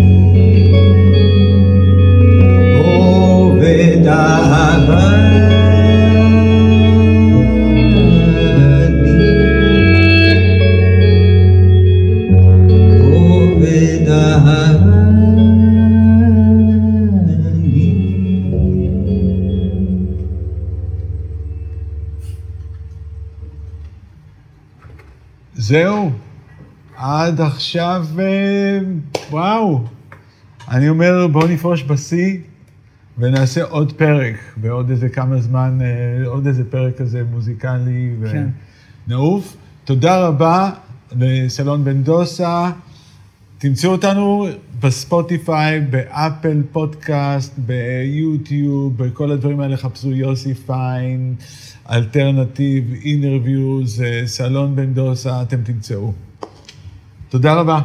עובד אהבה זהו? עד עכשיו, וואו. אני אומר, בואו נפרוש בשיא ונעשה עוד פרק, בעוד איזה כמה זמן, עוד איזה פרק כזה מוזיקלי ונעוף. תודה רבה לסלון בן דוסה. תמצאו אותנו בספוטיפיי, באפל פודקאסט, ביוטיוב, בכל הדברים האלה חפשו יוסי פיין, אלטרנטיב, אינטרוויוז, סלון בן דוסה, אתם תמצאו. תודה רבה.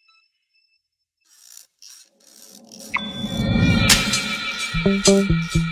Thank you.